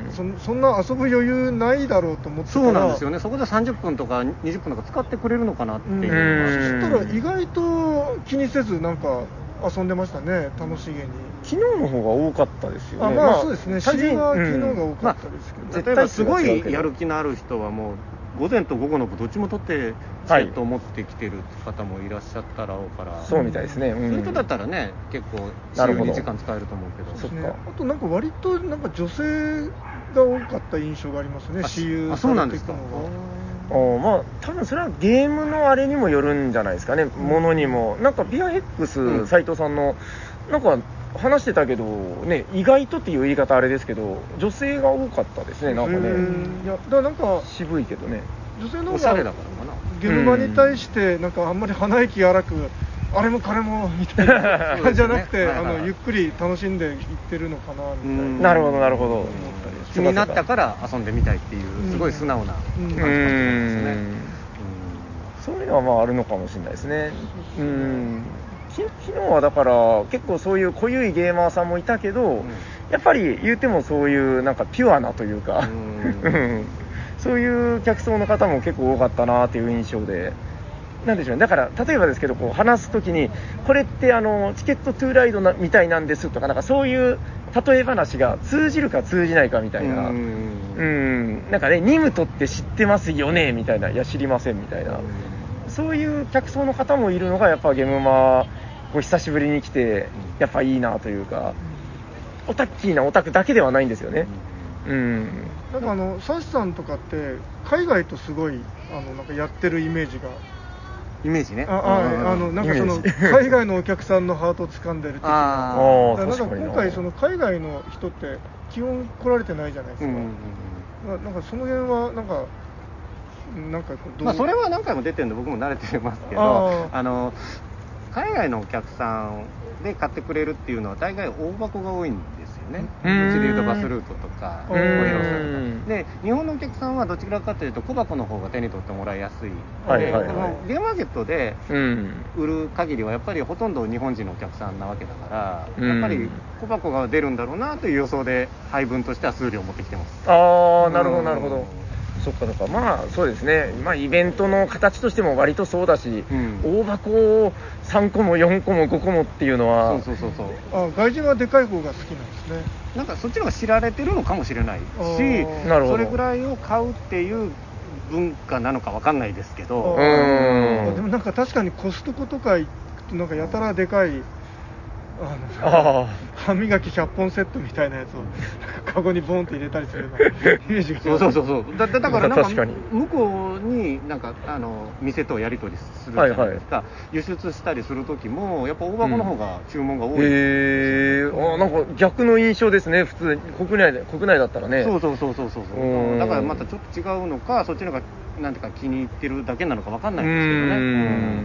D: そ, そんな遊ぶ余裕ないだろうと思ってたら、
E: そうなんですよね、そこでさんじゅっぷんとかにじゅっぷんとか使ってくれるのかなっていう、
D: そしたら意外と気にせずなんか遊んでましたね、楽しげに。
B: 昨日の方が多かったですよね。
D: あ、まあ、まあ、そうですね、試合は昨日が多かったですけど、
E: まあ、例えばすごいやる気のある人はもう午前と午後の部どっちも取ってチケットを持ってきてる方もいらっしゃったらおうから、はい、
B: そうみたいですね、
E: うん、そういう人だったらね結構週に時間使えると思うけど、
D: そっか。あとなんか割となんか女性が多かった印象がありますね、私有されていくのが。
B: あ、まあ多分それはゲームのあれにもよるんじゃないですかね、うん、ものにも。なんかビアヘックス斉藤さんのなんか話してたけどね、意外とっていう言い方あれですけど女性が多かったですね、なんかね。
D: いやだからなんか
B: 渋いけどね、
E: 女性の方がおしゃれだからかな、
D: ゲームマに対してなんかあんまり鼻息荒くあれも彼もみたいな感じじゃなくて、ね、はいはい、あのゆっくり楽しんでいってるのかなみたいな。
B: なるほどなるほど、思っ
E: たり気になったから遊んでみたいっていうすごい素直な感じかもしれないですね。
B: そういうのはまああるのかもしれないですね。うん、昨日はだから結構そういう濃ゆいゲーマーさんもいたけど、うん、やっぱり言うてもそういうなんかピュアなというか、うんそういう客層の方も結構多かったなっていう印象で、なんでしょうね、だから例えばですけど、こう話すときに、これってあのチケットトゥーライドなみたいなんですとか、なんかそういう例え話が通じるか通じないかみたいな、うーん、なんかね、ニムトって知ってますよねみたいな、いや知りませんみたいな、そういう客層の方もいるのがやっぱゲームマこう久しぶりに来てやっぱいいなというか、オタッキーなオタクだけではないんですよね。うん。
D: なんかあのサシさんとかって海外とすごいあのなんかやってるイメージが。
E: イメージね。
D: あ、あ、あのなんかその海外のお客さんのハートを掴んでる的な。
B: ああ、
D: なんか今回その海外の人って基本来られてないじゃないですか。うんうんうん、なんかその辺はなんかなんかこうどう、
E: まあそれは何回も出てるんで僕も慣れてますけど、あ, あの海外のお客さんで買ってくれるっていうのは大概大箱が多いんですよね。うちでいうとバスルートとかオリロスとかで、日本のお客さんはどちらかというと小箱の方が手に取ってもらいやすい、はいはいはい、でもゲームマーケットで売る限りはやっぱりほとんど日本人のお客さんなわけだから、やっぱり小箱が出るんだろうなという予想で配分としては数量持ってきてます。
B: ああ、なるほどなるほど。そっかそっか、まあそうですね、まあイベントの形としても割とそうだし、うん、大箱をさんこもよんこもごこもっていうのは、
D: そうそうそうそう、あ、外人はでかい方が好きなんですね。
E: なんかそっちの方が知られてるのかもしれないし、それぐらいを買うっていう文化なのかわかんないですけど、
D: うん、でもなんか確かにコストコとか行くとなんかやたらでかい、あのあ歯磨きひゃっぽんセットみたいなやつをカゴにボンって入れたりするようなイメージが。
E: そうそうそうそう。だ, だからなんか向こうになんかあの店とやり取りするじゃないですか、はいはい、輸出したりする時もやっぱ大箱の方が注文が多い、うん、へ
B: えー、あ、なんか逆の印象ですね。普通国内で国内だったらね。
E: そうそうそうそうそうそう。だからまたちょっと違うのか、そっちの方がなんていうか気に入ってるだけなのかわかんないんですけどね。うん、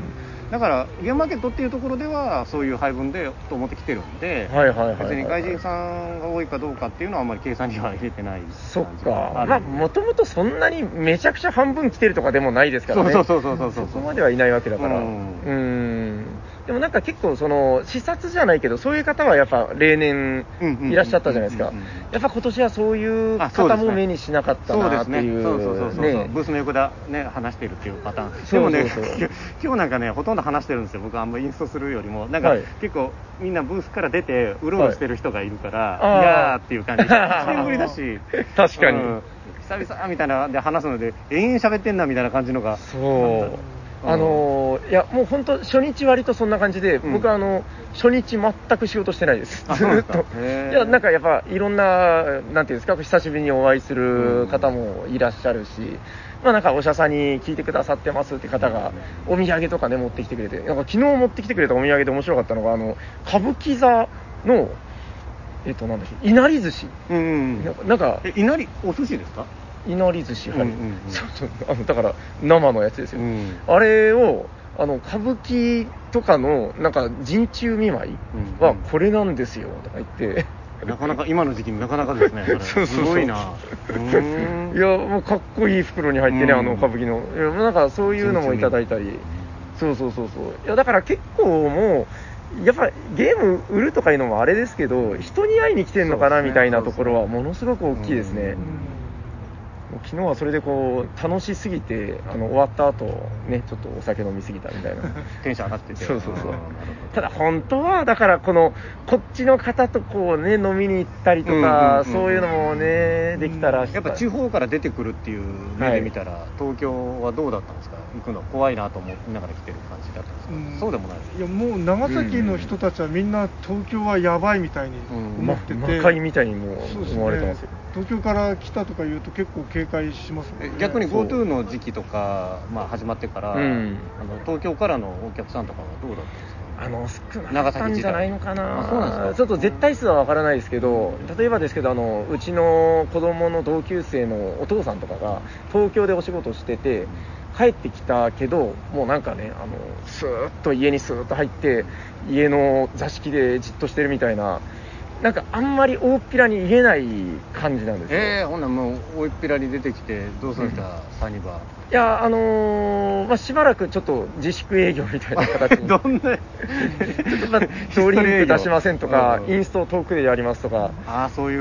E: だからゲームマーケットっていうところではそういう配分でと思ってきてるんで、はいはいはいはい、別に外人さんが多いかどうかっていうのはあんまり計算には入れてない感じ。
B: そっか。まあもともとそんなにめちゃくちゃ半分来てるとかでもないですからね。
E: そうそうそうそうそう。
B: そこまではいないわけだから。うん。うーん。でもなんか結構その視察じゃないけどそういう方はやっぱ例年いらっしゃったじゃないですか。やっぱ今年はそういう方も目にしなかったなっていう。
E: そうそうそうそう。ブースの横でね話してるっていうパターン。でもね、そうそうそう今日なんかねほとんど話してるんですよ。僕はあんまりインストするよりもなんか、はい、結構みんなブースから出てうろうろしてる人がいるから、はい、いやーっていう感じ。いちねんぶりだし。
B: 確かに。うん、
E: 久々みたいなで話すので延々喋ってんなみたいな感じのが。
B: そう。あのー、いやもう本当初日割とそんな感じで、うん、僕はあの初日全く仕事してないです。ずっと。いやなんかやっぱいろんななんていうんですか、久しぶりにお会いする方もいらっしゃるし、うん、まあなんかお医者さんに聞いてくださってますって方がお土産とかね持ってきてくれて、なんか昨日持ってきてくれたお土産で面白かったのがあの歌舞伎座のえっとなんだっけ、いなり寿司。うんうん、なんか、なんか
E: えいなりお寿司ですか？
B: いなり寿司、はい、うんうんうん、そうそうあのだから生のやつですよ、うん、あれをあの歌舞伎とかのなんか陣中見舞いはこれなんですよとか言って、
E: うんうん、なかなか今の時期になかなかですね。それそうそうそう、すごいな。う
B: ーん、いやもうかっこいい袋に入ってね、うん、あの歌舞伎の、いやなんかそういうのもいただいたり、そうそうそうそう、いやだから結構もうやっぱゲーム売るとかいうのもあれですけど、人に会いに来てんのかなみたいなところはものすごく大きいですね。昨日はそれでこう楽しすぎてあの終わった後ねちょっとお酒飲みすぎたみたいな
E: テンション上がってて、
B: そうそうそう、ただ本当はだからこのこっちの方とこうね飲みに行ったりとか、うんうんうん、そういうのもねできたら、
E: やっぱ地方から出てくるっていう目で見たら、はい、東京はどうだったんですか？行くの怖いなと思いながら来てる感じだったんですか？うん、そうでもない。
D: いやもう長崎の人たちはみんな東京はやばいみたいに思ってて、うんま、
B: 魔界みたいにもう思われてますよ。
D: 東京から来たとか言うと結構警戒しますもんね。
E: 逆に GoTo の時期とか、まあ、始まってから、うん、あの東京からのお客さんとかはどうだったんですか？
B: あの少なかったんじゃないのかな。
E: あ、そうなんですか。
B: ちょっと絶対数はわからないですけど、例えばですけどあのうちの子供の同級生のお父さんとかが東京でお仕事してて帰ってきたけど、もうなんかねあのスーッと家にスーッと入って家の座敷でじっとしてるみたいな、なんかあんまり大っぴらに言えない感じなんですよ。
E: えー、ほんならもう大っぴらに出てきてどうするんですか、うん、サニバ。
B: いやあのー、まあしばらくちょっと自粛営業みたいな形に
E: どんなちょっ
B: とまあドリンク出しませんとかインストを遠くでやりますとか、
E: ああそういう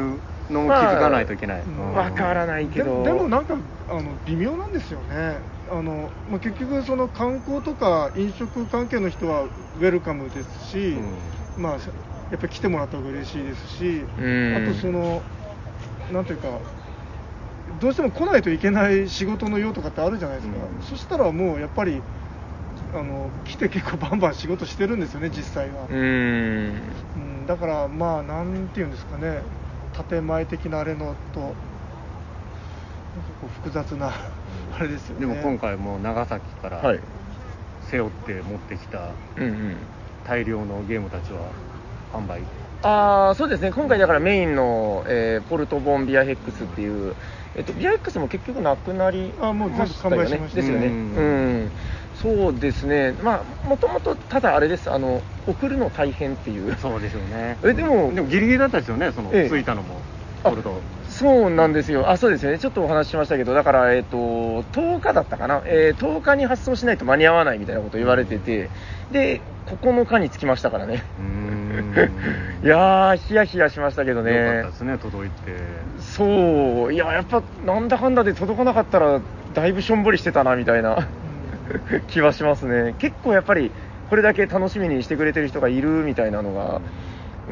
E: のも気づかないといけない。
B: まあ、わからないけど。
D: で, でもなんかあの微妙なんですよね。あの、まあ、結局その観光とか飲食関係の人はウェルカムですし、うん、まあやっぱり来てもらった方が嬉しいですし、あとそのなんていうか。どうしても来ないといけない仕事の用とかってあるじゃないですか、うん、そしたらもうやっぱりあの来て結構バンバン仕事してるんですよね実際は。うーん、うん、だからまあなんていうんですかね、建前的なあれのとなんかこう複雑なあれですよね。
E: でも今回も長崎から背負って持ってきた大量のゲームたちは販売。
B: ああ、そうですね。今回だからメインの、えー、ポルトボンビアヘックスっていう、えっと、ビアヘックスも結局なくなりましたよね。あ、もう全部完売しました。ですよね。うん。うん、そうですね。まあ、もともとただあれです。あの、送るの大変っていう。
E: そうでしょうね。
B: え、でも、
E: でもギリギリだったですよね、その、ええ、着いたのも。ポルト。
B: そうなんですよ。あ、そうですね。ちょっとお話ししましたけど、だから、えっと、とおかだったかな。えー、とおかに発送しないと間に合わないみたいなこと言われてて、で、ここのかに着きましたからね。うーんいやー、ヒヤヒヤしましたけどね。
E: よかったですね、届いて。
B: そう、いや、やっぱ、なんだかんだで届かなかったら、だいぶしょんぼりしてたな、みたいな気はしますね。結構やっぱり、これだけ楽しみにしてくれてる人がいるみたいなのが、うん、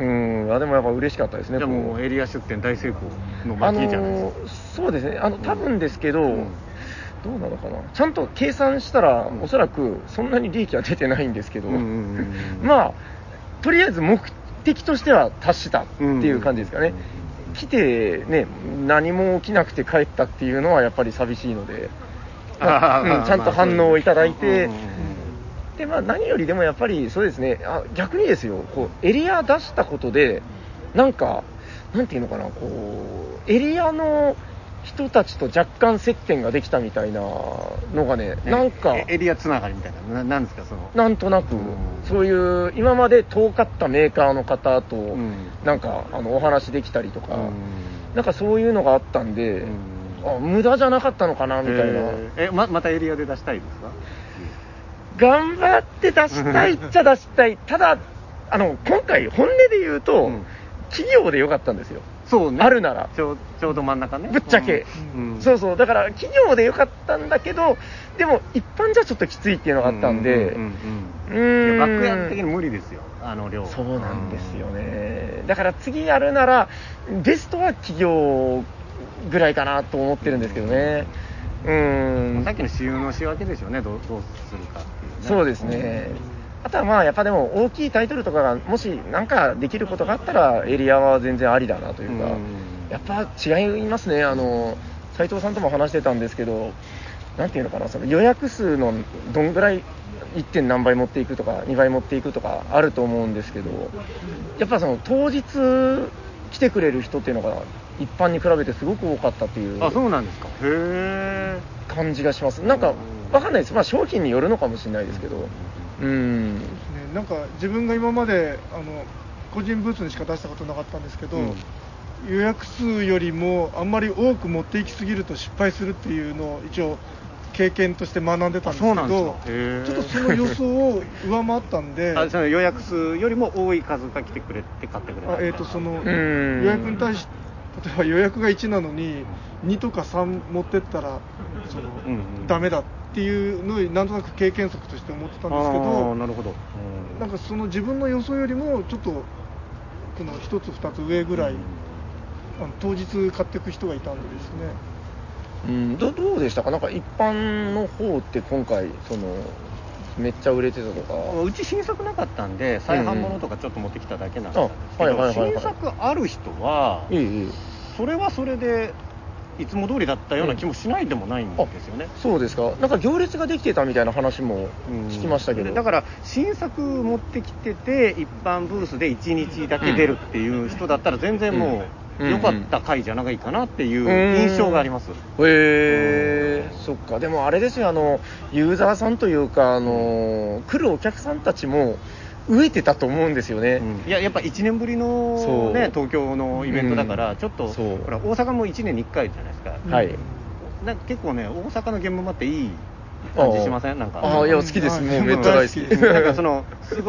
B: あでもやっぱ嬉しかったですね。
E: じゃあもうエリア出店大成功の街じゃないですか。
B: あのそうですね。あの多分ですけど、うん、どうなのかな。ちゃんと計算したら、うん、おそらくそんなに利益は出てないんですけど、うんうんうんうん、まあとりあえず目的としては達したっていう感じですかね。うんうんうん、来てね何も起きなくて帰ったっていうのはやっぱり寂しいので、まあうん、ちゃんと反応をいただいて。でまあ、何よりでもやっぱりそうですね、あ逆にですよ、こうエリア出したことでなんかなんていうのかな、こうエリアの人たちと若干接点ができたみたいなのがね、なんか
E: エリアつながりみたいな、ななんですかその、
B: なんとなくそういう今まで遠かったメーカーの方となんかあのお話できたりとか、なんかそういうのがあったんで、あ無駄じゃなかったのかなみたいな。
E: え ま, またエリアで出したいですか？
B: 頑張って出したいっちゃ出したい。ただ、あの、今回、本音で言うと、うん、企業でよかったんですよ。
E: そうね。
B: あるなら。
E: ちょう、ちょうど真ん中ね。
B: ぶっちゃけ、うんうん。そうそう。だから、企業でよかったんだけど、でも、一般じゃちょっときついっていうのがあったんで、うん
E: うんうんうん。いや、バックヤード的に無理ですよ。あの量。
B: そうなんですよね。だから、次やるなら、ベストは企業ぐらいかなと思ってるんですけどね。う
E: ーんさっきの私有の仕分けでしょうね、どう、どうするかっていうね。
B: そうですね。あとはまあやっぱでも大きいタイトルとかがもしなんかできることがあったらエリアは全然ありだなというか、やっぱ違いますね。あの斉藤さんとも話してたんですけど、なんていうのかな、その予約数のどんぐらい いってん 何倍持っていくとかにばい持っていくとかあると思うんですけど、やっぱその当日来てくれる人っていうのが一般に比べてすごく多かったっていう。
E: あ、そうなんですか。へ
B: ー感じがします。なんかわかんないです。まあ商品によるのかもしれないですけど、うん。
D: そうですね。なんか自分が今まであの個人ブースにしか出したことなかったんですけど、うん、予約数よりもあんまり多く持っていきすぎると失敗するっていうのを一応経験として学んでたんですけど、ちょっとその予想を上回ったんで
E: あその予約数よりも多い数が来てくれて買ってくれた。
D: あ、えーとその予約に対して例えば予約がいちなのににとかさん持ってったらその、うんうん、ダメだっていうのをなんとなく経験則として思ってたんですけど、
E: あなるほど、
D: うん、なんかその自分の予想よりもちょっとこのひとつふたつ上ぐらい、うん、あの当日買っていく人がいたんでですね、
B: うん、ど, どうでしたか。なんか一般の方って今回そのめっちゃ売れてたとか。
E: うち新作なかったんで再販物とかちょっと持ってきただけなんですけど、新作ある人は、ええ、それはそれでいつも通りだったような気もしないでもないんですよね、
B: うん、そうですか。なんか行列ができてたみたいな話も聞きましたけど、
E: だから新作持ってきてて一般ブースでいちにちだけ出るっていう人だったら全然もう、うん、良かった回じゃないかなっていう印象があります。へ
B: えー、そっか。でもあれですよ、あのユーザーさんというかあの来るお客さんたちも飢えてたと思うんですよね、
E: うん、いややっぱいちねんぶりの、ね、東京のイベントだから、うん、ちょっとほら大阪もいちねんにいっかいじゃないですか、
B: はい、
E: なんか結構ね大阪の現場もあっていい感じしません？なんか
B: ああいや好きです、もうめっちゃ大好き。
E: なんかそのすごい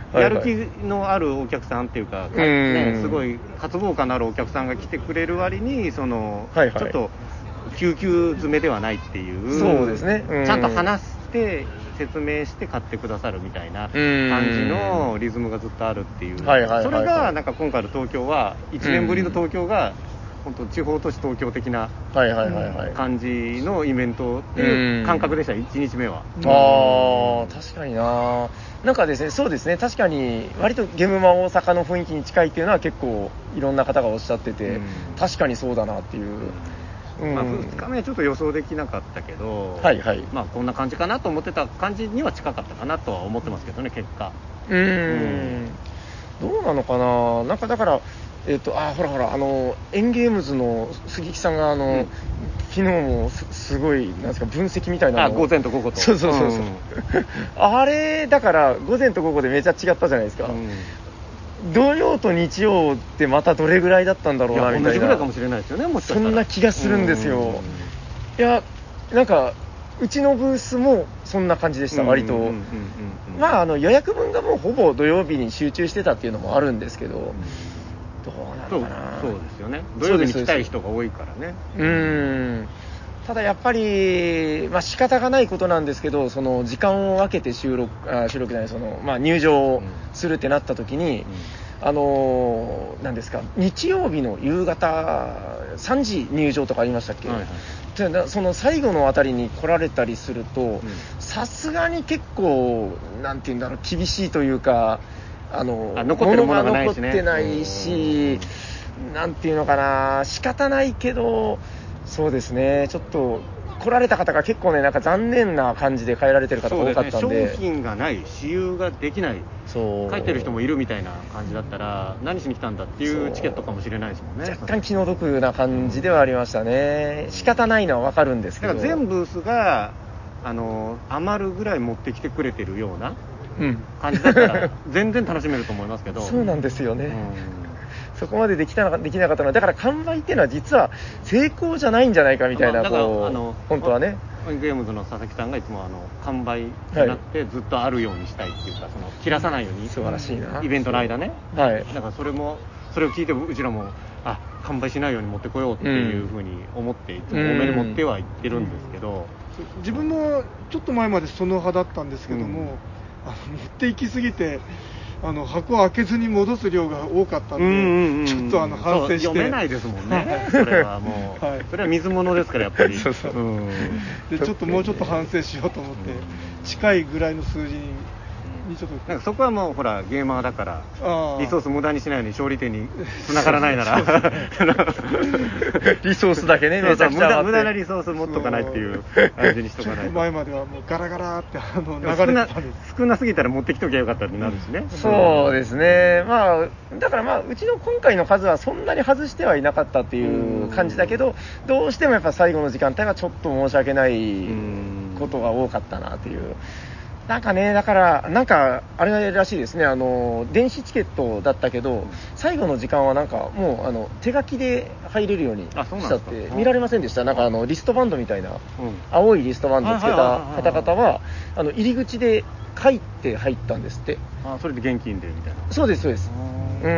E: やる気のあるお客さんっていうか、ね、すごい渇望感のあるお客さんが来てくれる割にその、はいはい、ちょっと救急詰めではないっていう、
B: そうですね、
E: ちゃんと話して説明して買ってくださるみたいな感じのリズムがずっとあるっていう、はいはいはいはい、それがなんか今回の東京はいちねんぶりの東京が本当地方都市東京的な感じのイベントっていう感覚でした、いちにちめは。
B: ああ、確かにな。なんかですね、そうですね、確かに割とゲームマ大阪の雰囲気に近いっていうのは結構いろんな方がおっしゃってて、確かにそうだなっていう。
E: うんまあ、ふつかめはちょっと予想できなかったけど、
B: はいはい、
E: まあ、こんな感じかなと思ってた感じには近かったかなとは思ってますけどね、結果。
B: うーん、うんどうなのかな。なんかだからえっと、あ、ほらほら、あの、エンゲームズの杉木さんが、あの、うん、昨日もす、すごい、なんですか、分析みたいなの
E: あ、午前と午後と。
B: そうそうそうそう。うん、あれ、だから、午前と午後でめちゃ違ったじゃないですか。うん、土曜と日曜ってまたどれぐらいだったんだろうな、みたいな。
E: 同じぐらいかもしれないですよね、もしかしたら。
B: そんな気がするんですよ。いや、なんか、うちのブースもそんな感じでした、割と。まあ、あの、予約分がもうほぼ土曜日に集中してたっていうのもあるんですけど、うんどうなのかな。
E: そう、そうですよね。土曜日に来たい人が多いからね。
B: うーん。ただやっぱり、まあ仕方がないことなんですけど、その時間を分けて収録、あ収録じゃない、その、まあ入場するってなった時に、うん、あのー、何ですか、日曜日の夕方さんじ入場とかありましたっけ？はいはい、その最後のあたりに来られたりすると、さすがに結構、なんていうんだろう、厳しいというか、あの
E: あ残ってるものがないしね、
B: 残ってないし、なんていうのかな、仕方ないけど、そうですね、ちょっと来られた方が結構ね、なんか残念な感じで帰られてる方が多かったんで、
E: そうですね、商品がない、私有ができない、そう帰ってる人もいるみたいな感じだったら、何しに来たんだっていうチケットかもしれないですもんね。
B: 若干気の毒な感じではありましたね。仕方ないのは分かるんですけど。
E: だから全ブースがあの余るぐらい持ってきてくれてるような。うん、感じだったら全然楽しめると思いますけど
B: そうなんですよね、うん、そこまでできたできなかったのはだから完売っていうのは実は成功じゃないんじゃないかみたいな、まあ、こうあの本当はね
E: ゲームズの佐々木さんがいつもあの完売じゃなくてずっとあるようにしたいっていうか、はい、その切らさないように
B: 素晴らしいな
E: イベントの間ね、
B: はい、
E: だからそれもそれを聞いてうちらもあ完売しないように持ってこようっていうふうに思っていつも多めに持ってはいってるんですけど、
D: うん、自分もちょっと前までその派だったんですけども、うんあの持っていきすぎてあの箱を開けずに戻す量が多かったんで、うんうんうん、ちょっとあの反省して
E: 読めないですもんねそれはもう、はい、それは水物ですからやっぱり
D: そうそう、うん、でちょっともうちょっと反省しようと思って、うん、近いぐらいの数字にちょっと
E: なんかそこはもうほらゲーマーだからリソース無駄にしないように勝利点に繋がらないなら
B: リソースだけねめちゃくちゃ
E: 無駄なリソース持っとかないっていう感じにしとかないと
D: 前まではもうガラガラってあの流れてたんです
E: 少なすぎたら持ってきときゃよかったってなるしね、うん、
B: そうですねまあだからまあうちの今回の数はそんなに外してはいなかったっていう感じだけどどうしてもやっぱ最後の時間帯はちょっと申し訳ないことが多かったなっていうなんかね、だから、なんか、あれらしいですね、あの、電子チケットだったけど、最後の時間はなんか、もう、あの、手書きで入れるようにしたって、見られませんでした。なんか、あの、リストバンドみたいな、うん、青いリストバンドつけた方々は、あの、入り口で書いて入ったんですって。
E: あ、それで現金でみたいな。
B: そうです、そうです。うん、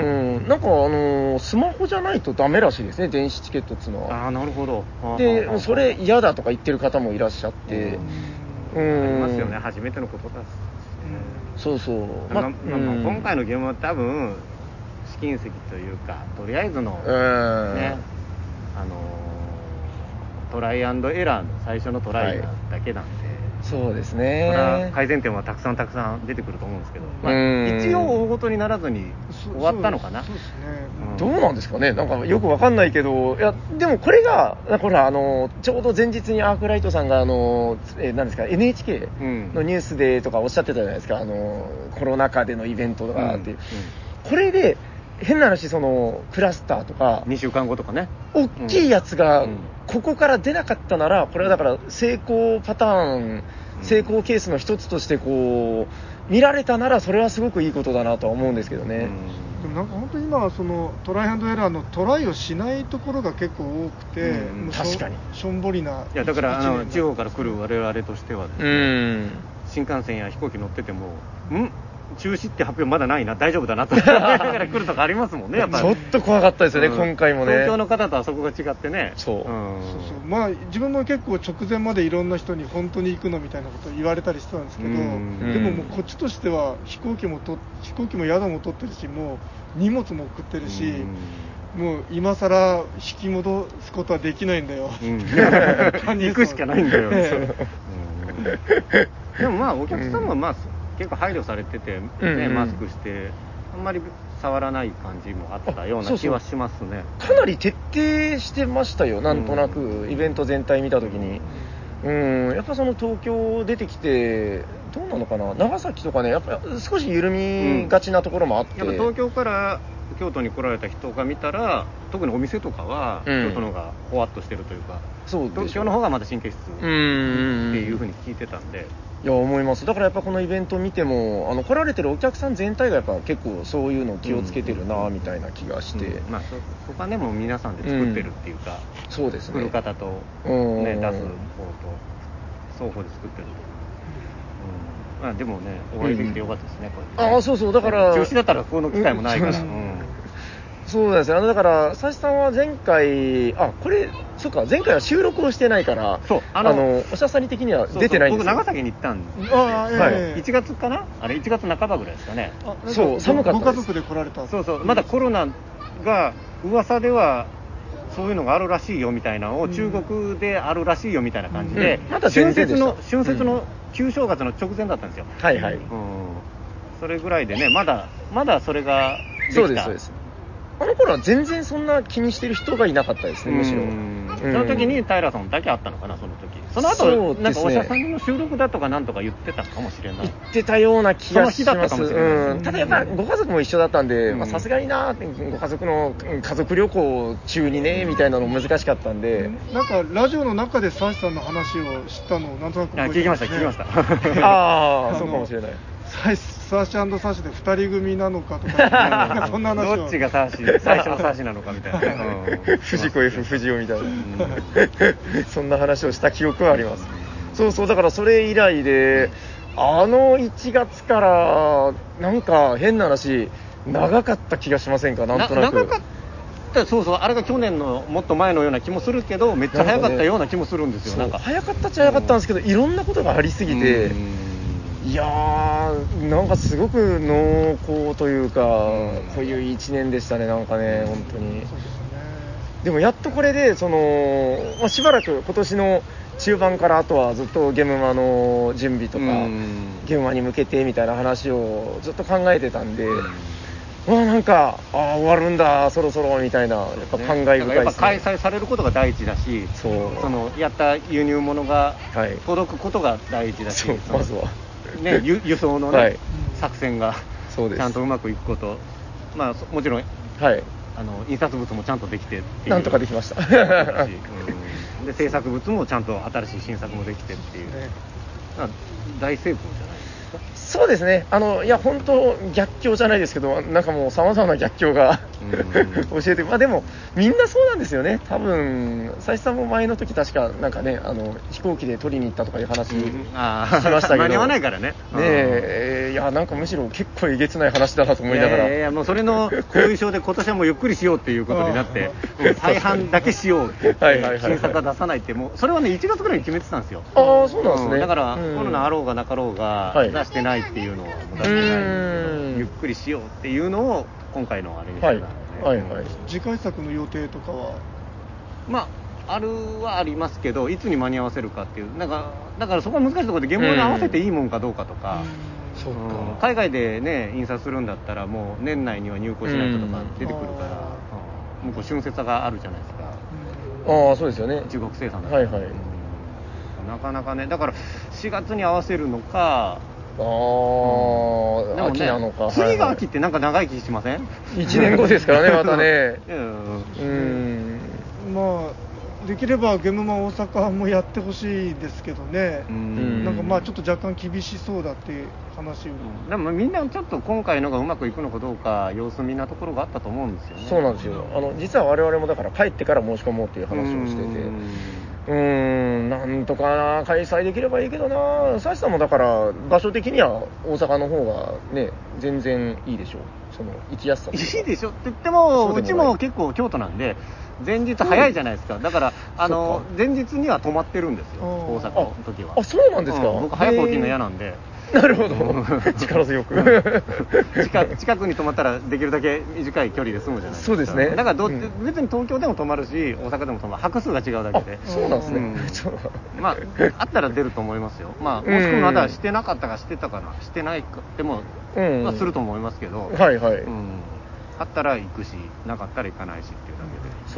B: なんか、あの、スマホじゃないとダメらしいですね、電子チケットっていうのは。
E: あ、なるほど。
B: で、それ嫌だとか言ってる方もいらっしゃって、
E: うん、ありますよね初めてのことだし、
B: うん、そうそう、
E: まままあ、今回のゲームは多分試金石というかとりあえずの、ね、あのトライアンドエラーの最初のトライだけなんで、はい、
B: そうですね
E: それは改善点はたくさんたくさん出てくると思うんですけど、まあ、一応大ごとにならずに終わったのかな。
D: そうですね、
B: うん、どうなんですかねなんかよくわかんないけどいやでもこれがほらあのちょうど前日にアークライトさんがあの、えー、何ですか エヌエイチケー のニュースでとかおっしゃってたじゃないですかあのコロナ禍でのイベントとかっていう、うんうん、これで変な話そのクラスターとか
E: にしゅうかんごとかね
B: 大きいやつがここから出なかったならこれはだから成功パターン成功ケースの一つとしてこう見られたならそれはすごくいいことだなとは思うんですけどね、
D: うん、でもなんか本当に今はそのトライアンドエラーのトライをしないところが結構多くて、
B: うん、確かに
D: しょんぼりない
E: やだからあの地方から来る我々としてはですね、うん、新幹線や飛行機乗っててもん中止って発表まだないな、大丈夫だなと思いながら来るとかありますもんね、やっぱり。
B: ちょっと怖かったですよね、うん、今回もね。
E: 東京の方とはそこが違ってね。
B: そう。うん、
D: そうそう。まあ、自分も結構直前までいろんな人に本当に行くのみたいなことを言われたりしてたんですけど、でももうこっちとしては飛行機もと、飛行機も宿も取ってるし、もう荷物も送ってるし、もう今更引き戻すことはできないんだよ。
E: うん、行くしかないんだよ。でもまあお客さんはまあ結構配慮されてて、ね、うんうん、マスクしてあんまり触らない感じもあったような気はしますね。
B: そうそう、かなり徹底してましたよ、なんとなく、うん、イベント全体見たときに、うん、やっぱその東京出てきてどうなのかな、長崎とかね、やっぱ少し緩みがちなところもあって、
E: うん、やっぱ東京から京都に来られた人が見たら、特にお店とかは京都の方がほわっとしてるというか、うん、東京の方がまだ神経質っていう風に聞いてたんで。
B: いや、思います。だからやっぱこのイベント見ても、あの来られてるお客さん全体がやっぱ結構そういうのを気をつけてるなみたいな気がして、うんうん、
E: まあ そ, そこはねもう皆さんで作ってるっていうか、
B: うん、そうですね、
E: 作る方と、ね、出す方と双方で作ってる。まあ、でもね、お会いできてよかったですね、うん、これ、ね。
B: ああ、そうそう、だから。
E: 中止だったらこの機会もないから。うん、
B: そうなんですよ。あの、だから、佐々木さんは前回、あ、これ、そっか、前回は収録をしてないから、
E: そう、
B: あの、あのおしゃさり的には出てないんですよ。
E: そうそう、僕、長崎に行ったんです。
D: ああ、ええ、はい、
E: いちがつかなあれ、いちがつなかばぐらいですかね。
D: あ、そう、寒かったです。ご家族で来られた。
E: そうそう、まだコロナが、噂では、そういうのがあるらしいよみたいなのを、中国であるらしいよみたいな感じで、
B: うん、まだ全然でした。
E: 春節の旧正月の直前だったんですよ。
B: はいはい。うん、
E: それぐらいでね、まだまだそれができた。
B: そうですそうです。あの頃は全然そんな気にしてる人がいなかったですね、むしろ。
E: その時に平さんだけあったのかな、その時。その後、ね、なんかおしゃさんの収録だとかなんとか言ってたかもしれない。
B: 言ってたような気がします。その日だったかもしれない。うん、ただやっぱご家族も一緒だったんで、さすがにな、ご家族の家族旅行中にね、みたいなの難しかったんで。
D: なんかラジオの中でサシさんの話を知ったのをなんとなく覚
E: えてます、ね。聞きました、聞きました。
B: ああ、そうかもしれない。
D: サーシ&サーシでふたり組なのかとか、そんな話を
E: どっちがサーシ、最初のサーシなのかみたいな、
B: うん、藤子 F 不二雄みたいな、うん、そんな話をした記憶はあります。そうそう、だからそれ以来で、あのいちがつからなんか変な話長かった気がしませんか、なんとなく。
E: な長かったそうそう、あれが去年のもっと前のような気もするけど、めっちゃ早かったような気もするんですよ。なんか、ね、
B: なんか早かったっちゃ早かったんですけど、いろんなことがありすぎて、うん、いやー、なんかすごく濃厚というか、こういういちねんでしたね、なんかね、本当に。そうですね。でもやっとこれで、その、まあ、しばらく今年の中盤からあとはずっとゲームマの準備とか、ゲームマに向けてみたいな話をずっと考えてたんで、まあなんか、ああ、終わるんだ、そろそろみたいな、やっぱ感慨深いですね。
E: やっぱ開催されることが第一だし、
B: そう、
E: そのやった輸入物が届くことが第一だし、
B: はい、そうまずは。
E: ね、輸, 輸送の、ねはい、作戦がちゃんとうまくいくこと、まあ、もちろん、はい、あの印刷物もちゃんとできてっていう、
B: なんとかできました
E: うん、で制作物もちゃんと新しい新作もできてっていう、ね、大成功じゃないですか。
B: そうですね、あのいや本当逆境じゃないですけど、なんかもうさまざまな逆境が教えて、まあでもみんなそうなんですよね。多分佐々木さんも前の時確かなんかね、あの飛行機で取りに行ったとかいう話しましたけど、間
E: に合わないからね。ね
B: え、いやなんかむしろ結構えげつない話だなと思いながら、
E: いやいやもうそれの後遺症で今年はもうゆっくりしようっていうことになって、大半だけしようって言って新作は出さないって、もうそれはねいちがつぐらいに決めてたんですよ。
B: ああそうなんですね。
E: だからコロナあろうがなかろうが出してないっていうのはもう出してないんですけど、ゆっくりしようっていうのを今回のあれにしてたので、
B: はいはいはい、
D: 次回作の予定とかは
E: まああるはありますけど、いつに間に合わせるかっていう、なんかだからそこは難しいところで現場に合わせていいもんかどうかとか、
B: そうか、
E: 海外でね印刷するんだったらもう年内には入稿しないととか出てくるから、向こう春節があるじゃないですか。
B: ああそうですよね、
E: 中国生産だから、はいはい、なかなかね、だからしがつに合わせるのか、
B: ああ、うん、でもね、秋なのか、
E: 次が秋ってなんか長い気しません？
B: いちねんごですからねまたね
E: うん、
D: うん、まあできればゲームマ大阪もやってほしいですけどね、うん、なんかまあちょっと若干厳しそうだっていう話を、
E: うん、でもみんなちょっと今回のがうまくいくのかどうか様子見なところがあったと思うんですよね。
B: そうなんですよ。あの実は我々もだから帰ってから申し込もうっていう話をしてて、 うーん、なんとか開催できればいいけどな。サシさんもだから場所的には大阪の方がね、全然いいでしょう。その行きやすさとか。
E: いいでしょって言っても、うちも結構京都なんで、前日早いじゃないですか。だから、あの、前日には泊まってるんですよ、大阪の時は。
B: あ、そうなんですか。
E: うん、僕早く起きるの嫌なんで。
B: なるほど。力強く
E: 近。近くに泊まったらできるだけ短い距離で済むじゃないですか。
B: そうですね。
E: だからど、うん、別に東京でも泊まるし、大阪でも泊まる。泊数が違うだけで。
B: そうなんですね。うん、
E: まあ、あったら出ると思いますよ。まあ、もしくはまだしてなかったかしてたかな。してないかでも、うん、まあ、すると思いますけど。
B: はいはい。
E: うん、あったら行くし、なかったら行かないしっていうだけで。
B: そう、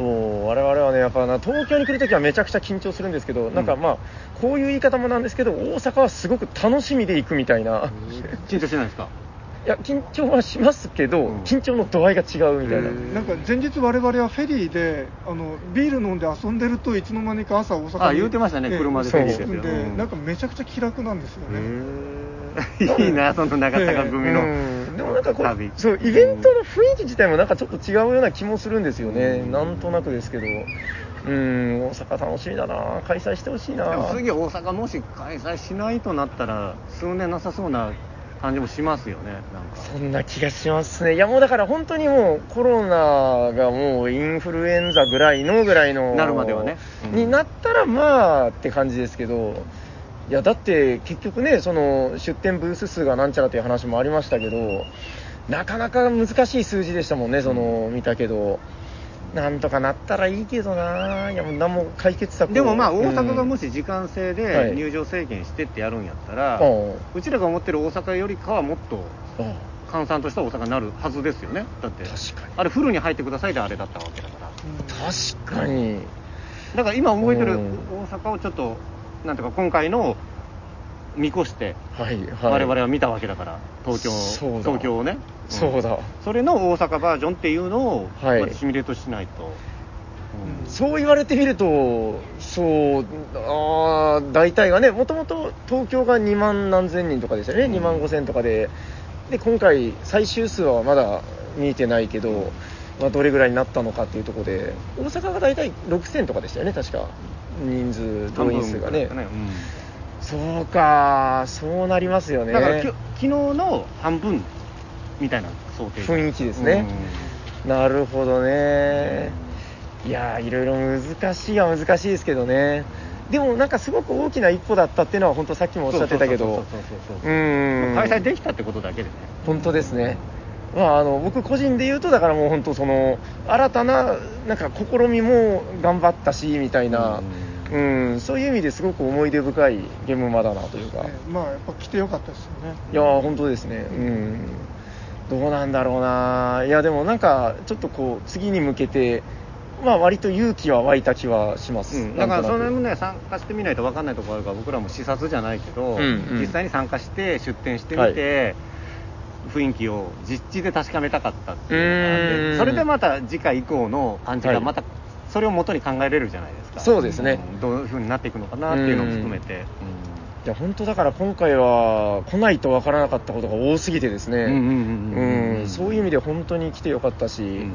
B: 我々はね、やっぱな、東京に来るときはめちゃくちゃ緊張するんですけど、うん、なんかまあ、こういう言い方もなんですけど、大阪はすごく楽しみで行くみたいな。
E: 緊張しないですか？
B: いや、緊張はしますけど、うん、緊張の度合いが違うみたいな。
D: なんか前日我々はフェリーで、あの、ビール飲んで遊んでるといつの間にか朝大阪に。
E: あ、言うてましたね、えー、車でフェリーで。
D: んで、うん、なんかめちゃくちゃ気楽なんですよね。
E: いいな、その長坂組の。
B: でもなんかこう、そう、イベントの雰囲気自体もなんかちょっと違うような気もするんですよね。なんとなくですけど。うん、大阪楽しみだな。開催してほしいな。
E: でも次大阪もし開催しないとなったら、数年なさそうな感じもしますよね。なんか
B: そんな気がしますね。いやもうだから本当にもうコロナがもうインフルエンザぐらいのぐらいの。
E: なるまではね。
B: うん、になったらまあって感じですけど。いやだって結局ね、その出店ブース数がなんちゃらという話もありましたけど、なかなか難しい数字でしたもんね、その、うん、見たけど、なんとかなったらいいけどな。いやもう何も解決策を。
E: でもまあ大阪がもし時間制で入場制限してってやるんやったら、はい、うちらが思ってる大阪よりかはもっと閑散とした大阪になるはずですよね。だって
B: 確かに
E: あれフルに入ってくださいであれだったわけだから。
B: 確かに。
E: だから今覚えてる大阪をちょっとなんていうか今回の見越して、はいはい、我々は見たわけだから東京東京をね、うん、
B: そうだ
E: それの大阪バージョンっていうのを、はい、またシミュレートしないと、
B: うん、そう言われてみるとそうあ大体がねもともと東京がにまん何千人とかでしたね、うん、にまんごせんとかでで今回最終数はまだ見えてないけど、うんまあ、どれぐらいになったのかっていうところで大阪が大体ろくせんとかでしたよね確か人数動員数がね、ねうん、そうかそうなりますよね。
E: だからき昨日の半分みたいな想定
B: 雰囲気ですね、うん、なるほどね、うん、いやいろいろ難しいは難しいですけどね。でもなんかすごく大きな一歩だったっていうのは本当さっきもおっしゃってたけど
E: 開催できたってことだけでね
B: 本当ですね。まあ、あの僕個人で言うとだからもう本当その新たななんか試みも頑張ったしみたいな、うん、うん、そういう意味ですごく思い出深いゲームマだなというか、
D: ね、まあやっぱ来てよかったですよね。
B: いや本当ですね、うん、どうなんだろうな。いやでもなんかちょっとこう次に向けてまあ割と勇気は湧いた気はします、
E: うん、だからそれもね参加してみないと分かんないところあるから僕らも視察じゃないけど、うんうん、実際に参加して出店してみて、はい雰囲気を実地で確かめたかったっていうのがあってそれでまた次回以降の感じがまたそれを元に考えれるじゃないですか、
B: はい、そうですね、
E: うん、どういう風になっていくのかなっていうのも含めて、うん、い
B: や本当だから今回は来ないとわからなかったことが多すぎてですねそういう意味で本当に来てよかったし、うん、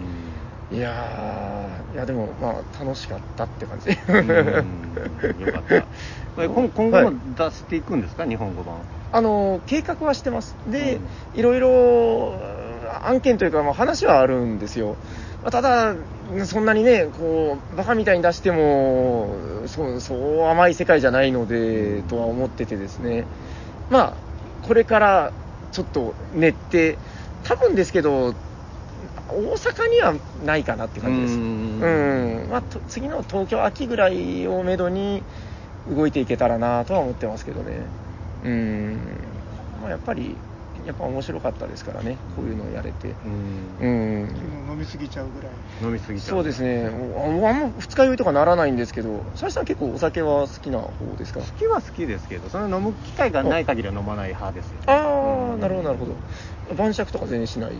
B: いやいやでもまあ楽しかったって感じうん
E: よかった今, 今後も出していくんですか、はい、日本語版
B: あの計画はしてますで、うん、いろいろ案件というか、まあ、話はあるんですよ、まあ、ただそんなにねこうバカみたいに出してもそうそう甘い世界じゃないので、うん、とは思っててですねまあこれからちょっと練って多分ですけど大阪にはないかなって感じです。うん、うん、まあ、次の東京秋ぐらいをめどに動いていけたらなとは思ってますけどね。うん、まあ、やっぱりやっぱ面白かったですからねこういうのをやれて。うん、うん、
D: 飲みすぎちゃうぐらい。
E: 飲みすぎちゃう。
B: そうですね。あんま二日酔いとかならないんですけど、佐々木さん結構お酒は好きな方ですか？
E: 好きは好きですけど、その飲む機会がない限りは飲まない派ですよね。
B: ああ、うん、なるほどなるほど。晩酌とか全然しない。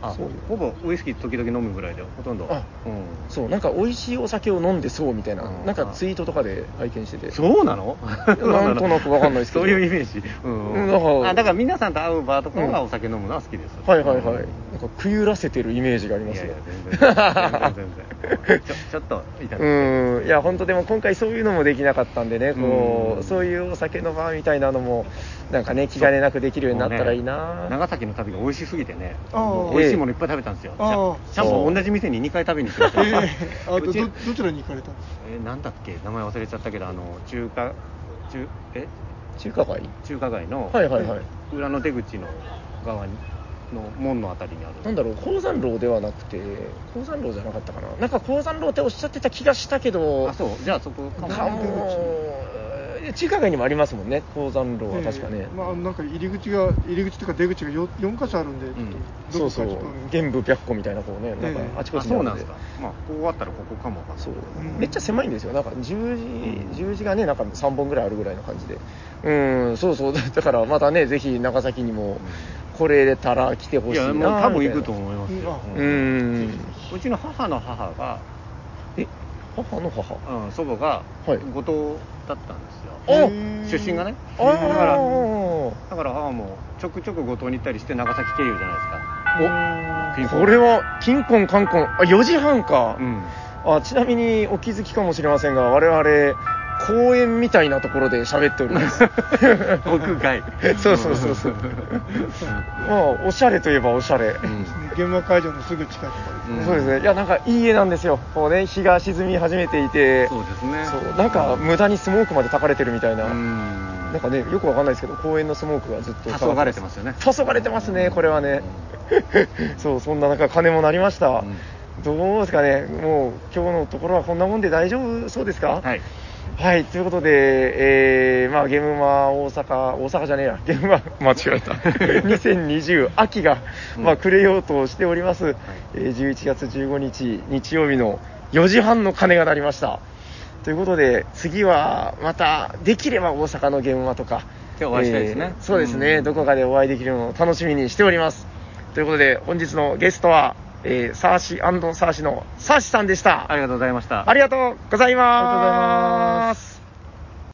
E: あそうほぼウイスキー時々飲むぐらいでほとんど。
B: あ、うん、そうなんか美味しいお酒を飲んでそうみたいな、うん、なんかツイートとかで拝見してて。
E: そうなの？
B: なんとなくわかんないですけど。
E: そういうイメージ。うん。うん、だからあだから皆さんと会う場とかはお酒飲むのは好きです。
B: うん、はいはいはい。なんか食いらせてるイメージがありますよ。いやいや全然全然全然。ちょちょっといただきたい。うんいや本当でも今回そういうのもできなかったんでね、こう、うん、そういうお酒の場みたいなのもなんかね気兼ねなくできるようになったらいいな。
E: ね、長崎の旅が美味しすぎてね、美味しいものいっぱい食べたんですよ。ちゃんと同じ店ににかい食べに行きました。え
C: ー、あど, どちらに行かれたんですか？
E: えー、なんだっけ名前忘れちゃったけどあの中華中え
B: 中華街
E: 中華街の、
B: はいはいはい、
E: 裏の出口の側にの門のあたりにある
B: なんだろう鉱山楼ではなくて鉱山楼じゃなかったかな、なんか鉱山楼っておっしゃってた気がしたけど、
E: あそうじゃあそこかも
B: かも中華街にもありますもんね鉱山楼は確かね、
C: えー、まあなんか入り口が入り口というか出口が 4, よん箇所あるんで、うん、
B: そうそう玄武白虎みたいなこうねなんかあちこちにあるんで、えー、
E: そうなんですか、まあこうあったらここかもわかんない。そう、
B: うん、めっちゃ狭いんですよ、なんか十字、うん、十字がねなんかさんぼんぐらいあるぐらいの感じで、うんそうそうだからまたねぜひ長崎にも来れたら来てほしいな。いや
E: もう多分行くと思いますよ。
B: うん、うん、
E: うちの母の母が
B: え母の母、
E: うん、祖母が五島だったんですよ、はい、出身がね。だからだから母もちょくちょく五島に行ったりして長崎経由じゃないですか。お
B: これは金婚観婚あよじはんか、うん、あちなみにお気づきかもしれませんが我々公園みたいなところで喋っております
E: 屋外
B: そうそうそうそうまあおしゃれといえばおしゃれ、
C: うん、現場会場のすぐ近くですね、
B: うん、そうですね。いやなんかいい家なんですよ。こうね日が沈み始めていて、
E: そうですね。
B: そうなんか無駄にスモークまで焚かれてるみたいな、うん、なんかねよくわかんないですけど公園のスモークがずっと
E: 黄昏れてますよね。
B: 黄昏れてますねこれはね。そうそんな中金も鳴りました。うん、どうですかね。もう今日のところはこんなもんで大丈夫そうですか。
E: はい。
B: はい、ということで、えー、まあゲームマ大阪、大阪じゃねえや、ゲームマ間違えた。にせんにじゅう秋が、まあ、暮れようとしております、うん、えー、じゅういちがつじゅうごにち日曜日のよじはんの鐘が鳴りました。ということで、次はまたできれば大阪のゲームマとか、
E: 今日お会いしたいですね。
B: えー、そうですね、どこかでお会いできるのを楽しみにしております。ということで、本日のゲストは、えー、サーシ&サーシのサーシさんでした。
E: ありがとうございました。
B: ありがとうございます。ありがとうございます。